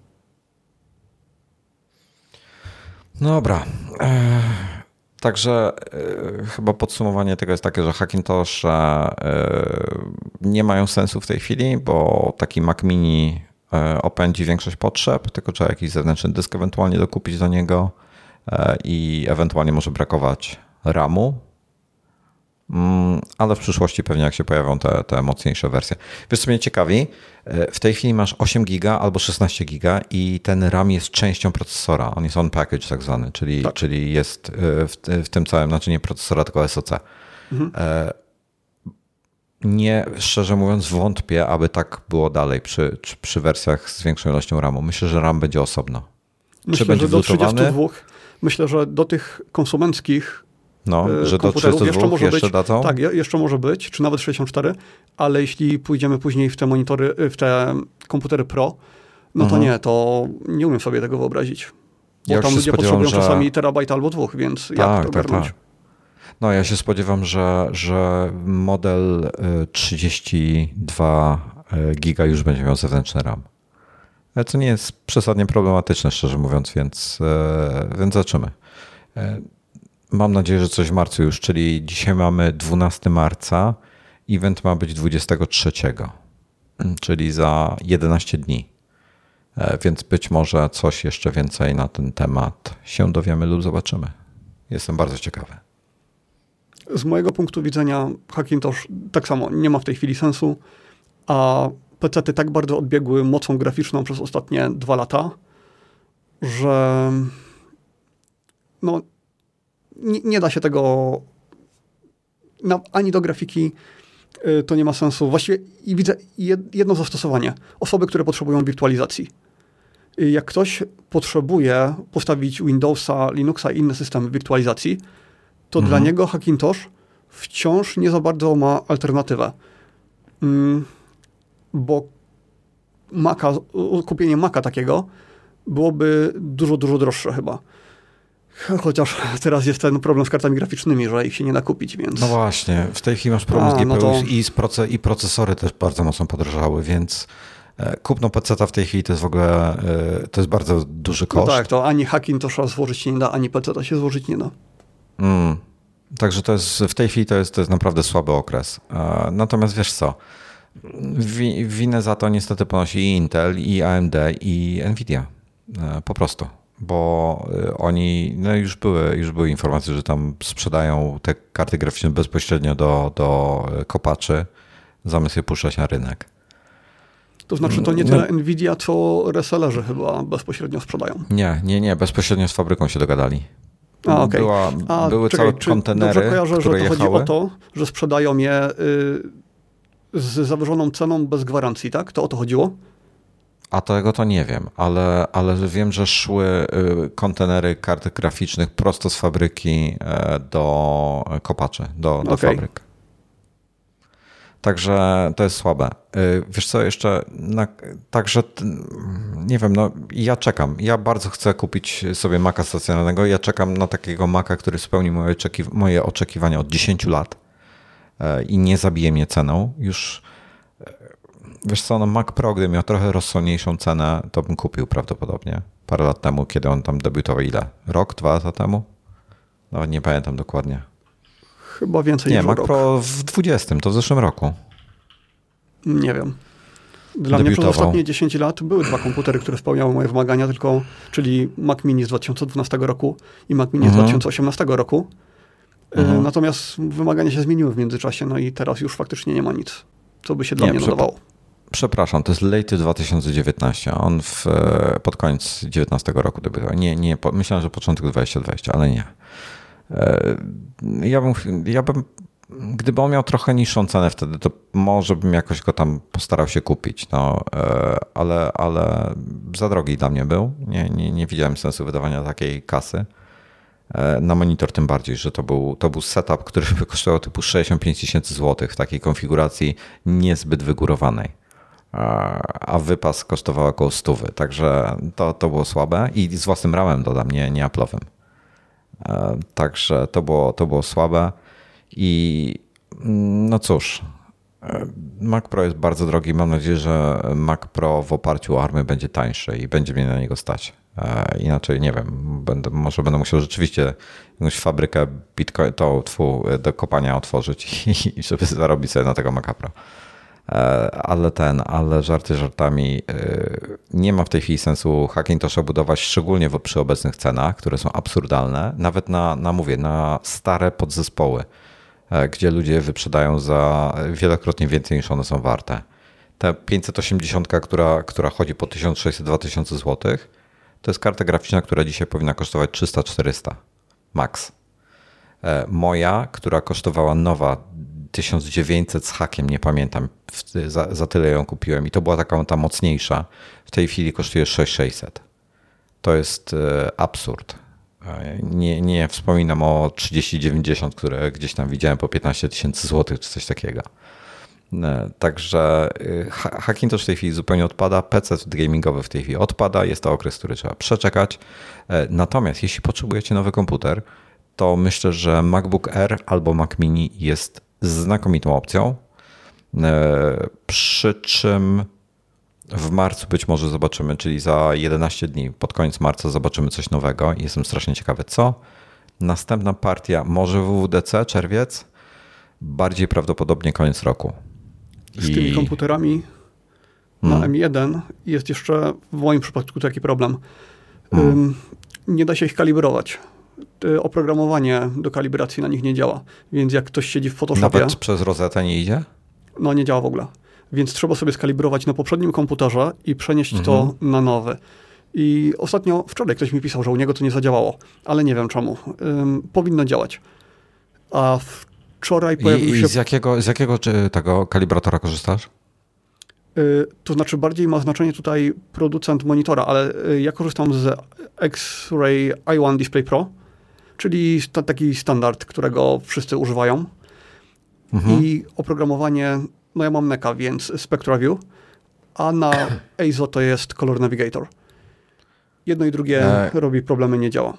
Dobra. E, także e, chyba podsumowanie tego jest takie, że Hackintosh e, nie mają sensu w tej chwili, bo taki Mac Mini e, opędzi większość potrzeb, tylko trzeba jakiś zewnętrzny dysk ewentualnie dokupić do niego e, i ewentualnie może brakować ramu. Ale w przyszłości pewnie jak się pojawią te, te mocniejsze wersje. Wiesz, co mnie ciekawi? W tej chwili masz osiem giga albo szesnaście giga i ten RAM jest częścią procesora. On jest on package tak zwany, czyli, tak. czyli jest w, w tym całym, znaczy nie procesora, tylko S O C. Mhm. Nie, szczerze mówiąc, wątpię, aby tak było dalej przy, przy wersjach z większą ilością ramu. Myślę, że RAM będzie osobno. Myślę, Czy będzie że do trzydziestu dwóch, myślę, że do tych konsumenckich No, że do trzydziestu dwóch jeszcze, może jeszcze być, dadzą? Tak, jeszcze może być, czy nawet sześćdziesiąt cztery, ale jeśli pójdziemy później w te monitory, w te komputery Pro, no mhm. to nie, to nie umiem sobie tego wyobrazić. Bo ja tam ludzie potrzebują że... czasami terabajt albo dwóch, więc tak, jak to ogarnąć? Tak, tak. No ja się spodziewam, że, że model trzydzieści dwa giga już będzie miał zewnętrzny RAM. Ale to nie jest przesadnie problematyczne, szczerze mówiąc, więc, więc zobaczymy. Mam nadzieję, że coś w marcu już, czyli dzisiaj mamy dwunastego marca, event ma być dwudziestego trzeciego, czyli za jedenaście dni. Więc być może coś jeszcze więcej na ten temat się dowiemy lub zobaczymy. Jestem bardzo ciekawy. Z mojego punktu widzenia Hackintosh tak samo nie ma w tej chwili sensu, a pecety tak bardzo odbiegły mocą graficzną przez ostatnie dwa lata, że no nie, nie da się tego na, ani do grafiki y, to nie ma sensu. Właściwie i widzę jedno zastosowanie. Osoby, które potrzebują wirtualizacji. Y, jak ktoś potrzebuje postawić Windowsa, Linuxa i inne systemy wirtualizacji, to mhm. dla niego Hackintosh wciąż nie za bardzo ma alternatywę. Y, bo Maca, kupienie Maca takiego byłoby dużo, dużo droższe chyba. Chociaż teraz jest ten problem z kartami graficznymi, że ich się nie da kupić, więc... No właśnie, w tej chwili masz problem A, z G P U no to... i, z proce- i procesory też bardzo mocno podrożały, więc kupno peceta w tej chwili to jest w ogóle, to jest bardzo duży koszt. No tak, to ani Hackintosha złożyć się nie da, ani peceta się złożyć nie da. Mm. Także to jest, w tej chwili to jest, to jest naprawdę słaby okres. Natomiast wiesz co, wi- winę za to niestety ponosi i Intel, i A M D, i Nvidia. Po prostu. Bo oni, no już były, już były informacje, że tam sprzedają te karty graficzne bezpośrednio do, do kopaczy, zamiast je puszczać na rynek. To znaczy to nie tyle no. Nvidia, co resellerzy chyba bezpośrednio sprzedają. Nie, nie, nie, bezpośrednio z fabryką się dogadali. A, okay. Była, A, były czekaj, całe kontenery, dobrze kojarzę, które że to jechały? chodzi o to, że sprzedają je y, z zawyżoną ceną bez gwarancji, tak? To o to chodziło? A tego to nie wiem, ale, ale wiem, że szły kontenery kart graficznych prosto z fabryki do kopaczy, do, do okay. fabryk. Także to jest słabe. Wiesz co, jeszcze na, także nie wiem, no ja czekam. Ja bardzo chcę kupić sobie Maca stacjonarnego. Ja czekam na takiego Maca, który spełni moje, oczekiw- moje oczekiwania od dziesięciu lat i nie zabije mnie ceną. Już wiesz co, no Mac Pro, gdyby miał trochę rozsądniejszą cenę, to bym kupił prawdopodobnie. Parę lat temu, kiedy on tam debiutował, ile? Rok, dwa lata temu? No nie pamiętam dokładnie. Chyba więcej nie, niż Mac rok. Pro w dwudziestym, to w zeszłym roku. Nie wiem. Dla mnie przez ostatnie dziesięć lat były dwa komputery, które spełniały moje wymagania, tylko, czyli Mac Mini z dwa tysiące dwunastego roku i Mac Mini mhm. z dwa tysiące osiemnastego roku. Mhm. Natomiast wymagania się zmieniły w międzyczasie, no i teraz już faktycznie nie ma nic, co by się dla nie, mnie nadawało. Przepraszam, to jest late dwa tysiące dziewiętnasty. On w, pod koniec dziewiętnastego roku debiutował. Nie, nie, myślałem, że początek dwa tysiące dwudziestego, ale nie. Ja bym, ja bym, gdyby on miał trochę niższą cenę wtedy, to może bym jakoś go tam postarał się kupić, no, ale, ale za drogi dla mnie był. Nie, nie, nie widziałem sensu wydawania takiej kasy. Na monitor tym bardziej, że to był, to był setup, który by kosztował typu sześćdziesiąt pięć tysięcy złotych w takiej konfiguracji niezbyt wygórowanej. A wypas kosztował około stówy, także to, to było słabe i z własnym ramem dodam, nie, nie Apple'owym. Także to było, to było słabe i no cóż, Mac Pro jest bardzo drogi. Mam nadzieję, że Mac Pro w oparciu o ARMy będzie tańszy i będzie mnie na niego stać. Inaczej nie wiem, będę, może będę musiał rzeczywiście jakąś fabrykę Bitcoin, to tfu, do kopania otworzyć i żeby zarobić sobie na tego Maca Pro. Ale ten, ale żarty żartami, nie ma w tej chwili sensu Hackintosha budować, szczególnie przy obecnych cenach, które są absurdalne, nawet na, na mówię, na stare podzespoły, gdzie ludzie wyprzedają za wielokrotnie więcej niż one są warte. Ta pięćset osiemdziesiąt, która, która chodzi po tysiąc sześćset do dwa tysiące złotych, to jest karta graficzna, która dzisiaj powinna kosztować trzysta czterysta max. Moja, która kosztowała nowa tysiąc dziewięćset z hakiem, nie pamiętam, za, za tyle ją kupiłem i to była taka ta mocniejsza. W tej chwili kosztuje sześć tysięcy sześćset. To jest absurd. Nie, nie wspominam o trzydzieści dziewięćdziesiąt, które gdzieś tam widziałem po piętnaście tysięcy złotych czy coś takiego. Także Hackintosh w tej chwili zupełnie odpada, P C gamingowy w tej chwili odpada, jest to okres, który trzeba przeczekać. Natomiast jeśli potrzebujecie nowy komputer, to myślę, że MacBook Air albo Mac Mini jest znakomitą opcją, przy czym w marcu być może zobaczymy, czyli za jedenaście dni, pod koniec marca zobaczymy coś nowego. Jestem strasznie ciekawy co. Następna partia może W W D C, czerwiec, bardziej prawdopodobnie koniec roku. Z I... tymi komputerami na hmm. M jeden jest jeszcze w moim przypadku taki problem. Hmm. Nie da się ich kalibrować. Oprogramowanie do kalibracji na nich nie działa. Więc jak ktoś siedzi w Photoshopie... Nawet przez rozetę nie idzie? No nie działa w ogóle. Więc trzeba sobie skalibrować na poprzednim komputerze i przenieść mhm. to na nowy. I ostatnio, wczoraj ktoś mi pisał, że u niego to nie zadziałało, ale nie wiem czemu. Ym, powinno działać. A wczoraj pojawił I, się... I z jakiego, z jakiego czy tego kalibratora korzystasz? Yy, to znaczy bardziej ma znaczenie tutaj producent monitora, ale yy, ja korzystam z X-Ray i jeden Display Pro, czyli sta- taki standard, którego wszyscy używają. Mhm. I oprogramowanie, no ja mam Maca, więc SpectraView, a na A S O to jest Color Navigator. Jedno i drugie e... robi problemy, nie działa.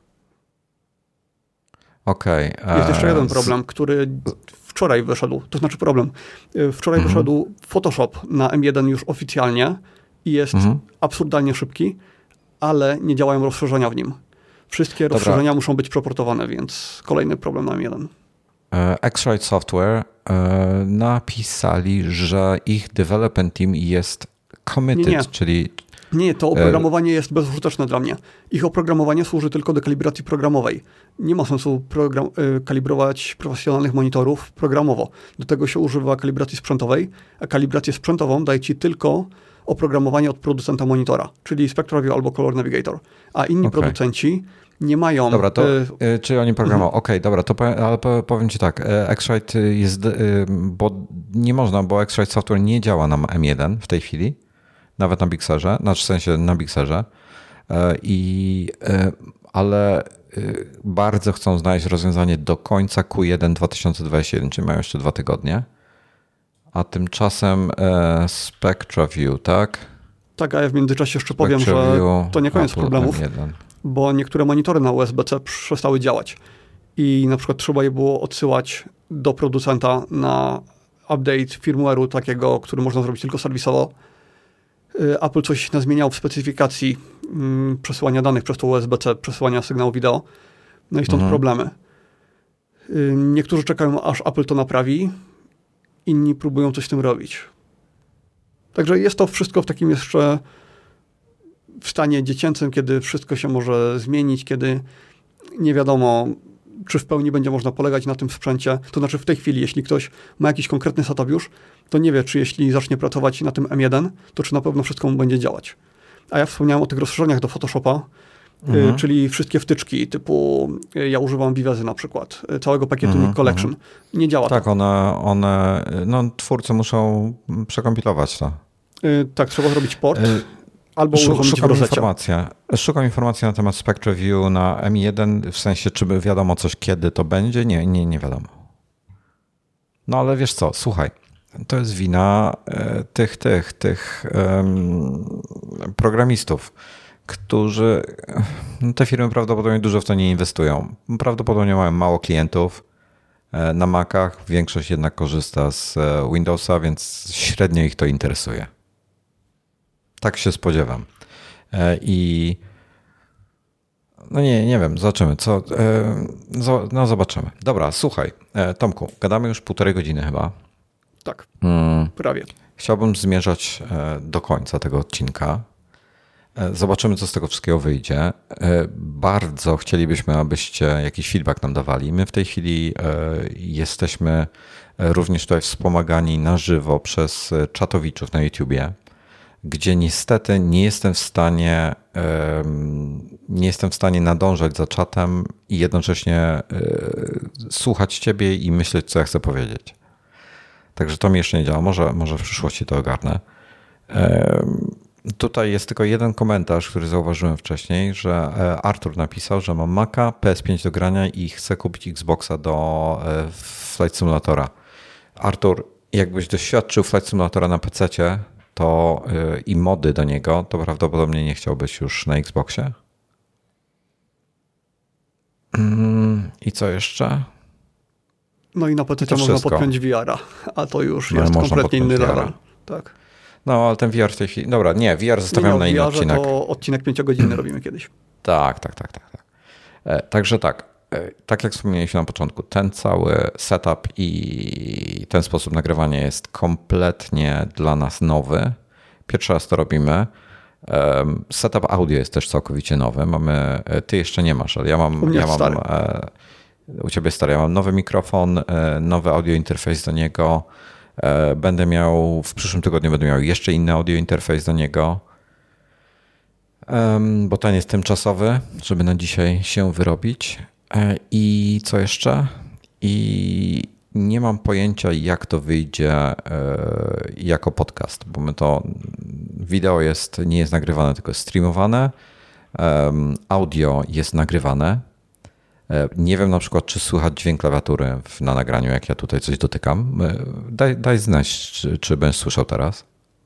Okej. Okay. Jest jeszcze jeden problem, który wczoraj wyszedł, to znaczy problem. Wczoraj mhm. wyszedł Photoshop na M jeden już oficjalnie i jest mhm. absurdalnie szybki, ale nie działają rozszerzenia w nim. Wszystkie Dobra. rozszerzenia muszą być proportowane, więc kolejny problem na M jeden. X-Ray Software napisali, że ich development team jest committed, nie, nie. czyli... Nie, to oprogramowanie jest bezużyteczne dla mnie. Ich oprogramowanie służy tylko do kalibracji programowej. Nie ma sensu program- kalibrować profesjonalnych monitorów programowo. Do tego się używa kalibracji sprzętowej, a kalibrację sprzętową daje ci tylko oprogramowanie od producenta monitora, czyli SpectraView albo Color Navigator. A inni okay. producenci nie mają... Dobra, to y- czyli oni programują. Okej, okay, dobra, to powiem, ale powiem ci tak. X-Ray jest... bo nie można, bo X-Ray Software nie działa na M jeden w tej chwili. Nawet na Bixerze, znaczy w sensie na Bixerze. I, ale bardzo chcą znaleźć rozwiązanie do końca Q jeden dwa tysiące dwudziestego pierwszego, czyli mają jeszcze dwa tygodnie. A tymczasem e, SpectraView, tak? Tak, a ja w międzyczasie jeszcze powiem, że to nie koniec Apple problemów, M jeden. bo niektóre monitory na U S B C przestały działać i na przykład trzeba je było odsyłać do producenta na update firmware'u takiego, który można zrobić tylko serwisowo. Apple coś nazmieniał w specyfikacji mm, przesyłania danych przez to U S B C, przesyłania sygnału wideo. No i stąd mhm. problemy. Y, niektórzy czekają, aż Apple to naprawi, inni próbują coś z tym robić. Także jest to wszystko w takim jeszcze w stanie dziecięcym, kiedy wszystko się może zmienić, kiedy nie wiadomo, czy w pełni będzie można polegać na tym sprzęcie. To znaczy w tej chwili, jeśli ktoś ma jakiś konkretny setup już, to nie wie, czy jeśli zacznie pracować na tym M jeden, to czy na pewno wszystko mu będzie działać. A ja wspomniałem o tych rozszerzeniach do Photoshopa, mhm. y, czyli wszystkie wtyczki typu, y, ja używam Vivezy na przykład, y, całego pakietu mhm. Nick Collection. Nie działa tak, to. one, one, no twórcy muszą przekompilować to. Y, tak, trzeba zrobić port. Y Albo uruchomić Szukam informacji. Szukam informacji na temat SpectraView na M jeden, w sensie, czy wiadomo coś, kiedy to będzie? Nie, nie, nie wiadomo. No ale wiesz co, słuchaj, to jest wina e, tych, tych, tych um, programistów, którzy, no te firmy prawdopodobnie dużo w to nie inwestują. Prawdopodobnie mają mało klientów e, na Macach, większość jednak korzysta z e, Windowsa, więc średnio ich to interesuje. Tak się spodziewam. I no nie, nie wiem, zobaczymy. Co, no zobaczymy. Dobra, słuchaj, Tomku, gadamy już półtorej godziny chyba. Tak, hmm. prawie. Chciałbym zmierzać do końca tego odcinka. Zobaczymy, co z tego wszystkiego wyjdzie. Bardzo chcielibyśmy, abyście jakiś feedback nam dawali. My w tej chwili jesteśmy również tutaj wspomagani na żywo przez czatowiczów na YouTubie, gdzie niestety nie jestem w stanie nie jestem w stanie nadążać za czatem i jednocześnie słuchać ciebie i myśleć, co ja chcę powiedzieć. Także to mi jeszcze nie działa. Może, może w przyszłości to ogarnę. Tutaj jest tylko jeden komentarz, który zauważyłem wcześniej, że Artur napisał, że mam Maca, P S pięć do grania i chce kupić Xboxa do Flight Simulatora. Artur, jakbyś doświadczył Flight Simulatora na pececie, to yy, i mody do niego, to prawdopodobnie nie chciałbyś już na Xboxie. Yy, I co jeszcze? No i na P C można podpiąć V R a, a to już no, jest kompletnie inny level. Tak. No, ale ten V R w tej chwili... Dobra, nie, V R zostawiam nie, no, na inny odcinek. To odcinek pięciogodzinny robimy kiedyś. Tak, tak, tak. tak, tak. E, także tak, e, tak jak wspomnieliśmy na początku, ten cały setup i ten sposób nagrywania jest kompletnie dla nas nowy. Pierwszy raz to robimy. Um, setup audio jest też całkowicie nowy. Mamy, ty jeszcze nie masz, ale ja mam... U mnie ja mam stary. E, u ciebie stary, ja mam nowy mikrofon, e, nowy audio interfejs do niego. E, będę miał, w przyszłym tygodniu będę miał jeszcze inny audio interfejs do niego. Um, bo ten jest tymczasowy, żeby na dzisiaj się wyrobić. E, I co jeszcze? I nie mam pojęcia, jak to wyjdzie e, jako podcast, bo my to wideo jest, nie jest nagrywane, tylko jest streamowane. Um, audio jest nagrywane. E, nie wiem na przykład, czy słychać dźwięk klawiatury w, na nagraniu, jak ja tutaj coś dotykam. E, daj, daj znać, czy, czy będziesz słyszał teraz.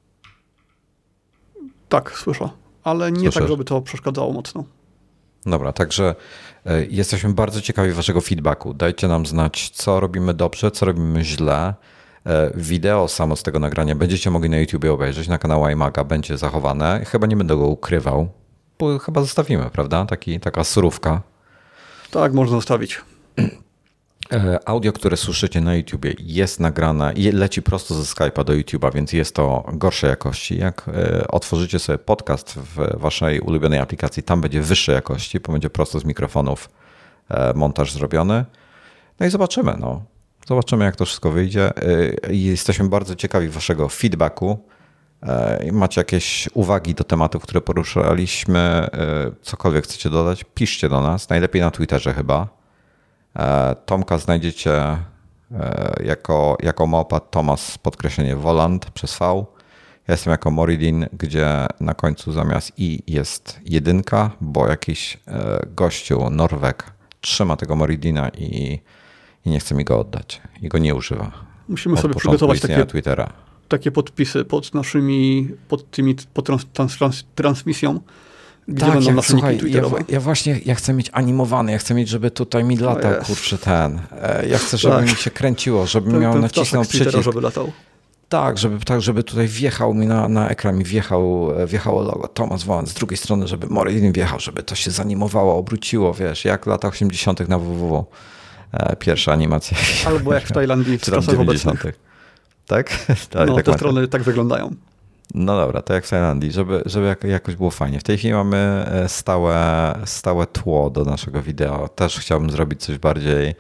Tak, słyszę. Ale nie Słyszysz? Tak, żeby to przeszkadzało mocno. Dobra, także jesteśmy bardzo ciekawi waszego feedbacku. Dajcie nam znać, co robimy dobrze, co robimy źle. Wideo samo z tego nagrania będziecie mogli na YouTubie obejrzeć, na kanale iMaga będzie zachowane. Chyba nie będę go ukrywał, bo chyba zostawimy, prawda? Taki, taka surówka. Tak, można zostawić. Audio, które słyszycie na YouTubie jest nagrane i leci prosto ze Skype'a do YouTube'a, więc jest to gorszej jakości. Jak otworzycie sobie podcast w waszej ulubionej aplikacji, tam będzie wyższej jakości, bo będzie prosto z mikrofonów montaż zrobiony. No i zobaczymy. No. Zobaczymy, jak to wszystko wyjdzie. Jesteśmy bardzo ciekawi waszego feedbacku. Macie jakieś uwagi do tematów, które poruszaliśmy, cokolwiek chcecie dodać, piszcie do nas. Najlepiej na Twitterze chyba. Tomka znajdziecie jako, jako małpa Tomas podkreślenie Woland przez V. Ja jestem jako Moridin, gdzie na końcu zamiast i jest jedynka, bo jakiś gościu, Norweg, trzyma tego Moridina i, i nie chce mi go oddać i go nie używa. Musimy od sobie początku przygotować istnienia takie, Twittera. takie podpisy pod naszymi, pod tymi, pod trans, trans, trans, transmisją, gdzie tak, będą ja, nasze słuchaj, niki twitterowe. Ja, ja właśnie ja chcę mieć animowany, ja chcę mieć, żeby tutaj mi latał, No kurczę, ten. Ja chcę, żeby tak. mi się kręciło, żeby ten, miał ten nacisnął przycisk. żeby latał. Tak, żeby, tak, żeby tutaj wjechał mi na, na ekran, mi wjechał, wjechało logo Thomas Wołan, z drugiej strony, żeby Morin wjechał, żeby to się zanimowało, obróciło, wiesz, jak lata osiemdziesiątych na www. Pierwsza animacja. Albo jak w Tajlandii w czasach obecnych. Tak? tak no, tak te strony tak wyglądają. No dobra, to jak w Tajlandii, żeby, żeby jakoś było fajnie. W tej chwili mamy stałe, stałe tło do naszego wideo. Też chciałbym zrobić coś bardziej,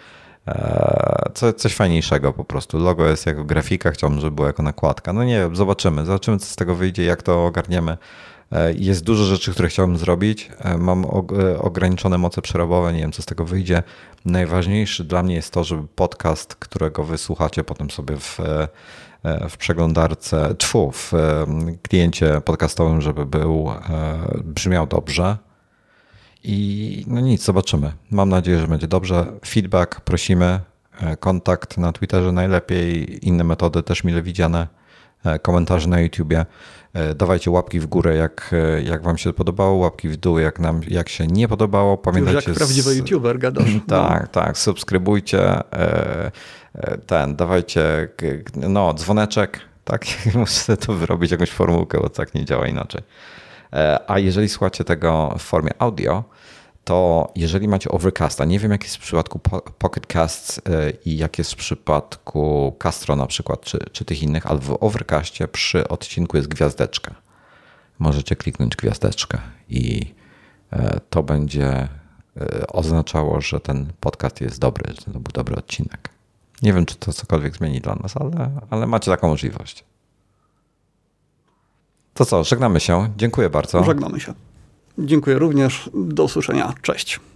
co, coś fajniejszego po prostu. Logo jest jako grafika, chciałbym, żeby było jako nakładka. No nie wiem, zobaczymy. Zobaczymy, co z tego wyjdzie, jak to ogarniemy. Jest dużo rzeczy, które chciałbym zrobić. Mam ograniczone moce przerobowe, nie wiem, co z tego wyjdzie. Najważniejsze dla mnie jest to, żeby podcast, którego wysłuchacie potem sobie w, w przeglądarce, tfu, w kliencie podcastowym, żeby był, brzmiał dobrze. I no nic, zobaczymy. Mam nadzieję, że będzie dobrze. Feedback prosimy, kontakt na Twitterze najlepiej, inne metody też mile widziane, komentarze na YouTubie. Dawajcie łapki w górę, jak, jak wam się podobało, łapki w dół, jak nam jak się nie podobało. Pamiętajcie, już jak prawdziwy YouTuber gadasz. Tak, no. tak, subskrybujcie, ten, dawajcie, no, dzwoneczek, tak, muszę to wyrobić jakąś formułkę, bo tak nie działa inaczej. A jeżeli słuchacie tego w formie audio, to jeżeli macie Overcasta, nie wiem jak jest w przypadku Pocket Casts i jak jest w przypadku Castro na przykład, czy, czy tych innych, ale w Overcastie przy odcinku jest gwiazdeczka. Możecie kliknąć gwiazdeczkę i to będzie oznaczało, że ten podcast jest dobry, że to był dobry odcinek. Nie wiem, czy to cokolwiek zmieni dla nas, ale, ale macie taką możliwość. To co, żegnamy się. Dziękuję bardzo. Żegnamy się. Dziękuję również. Do usłyszenia. Cześć.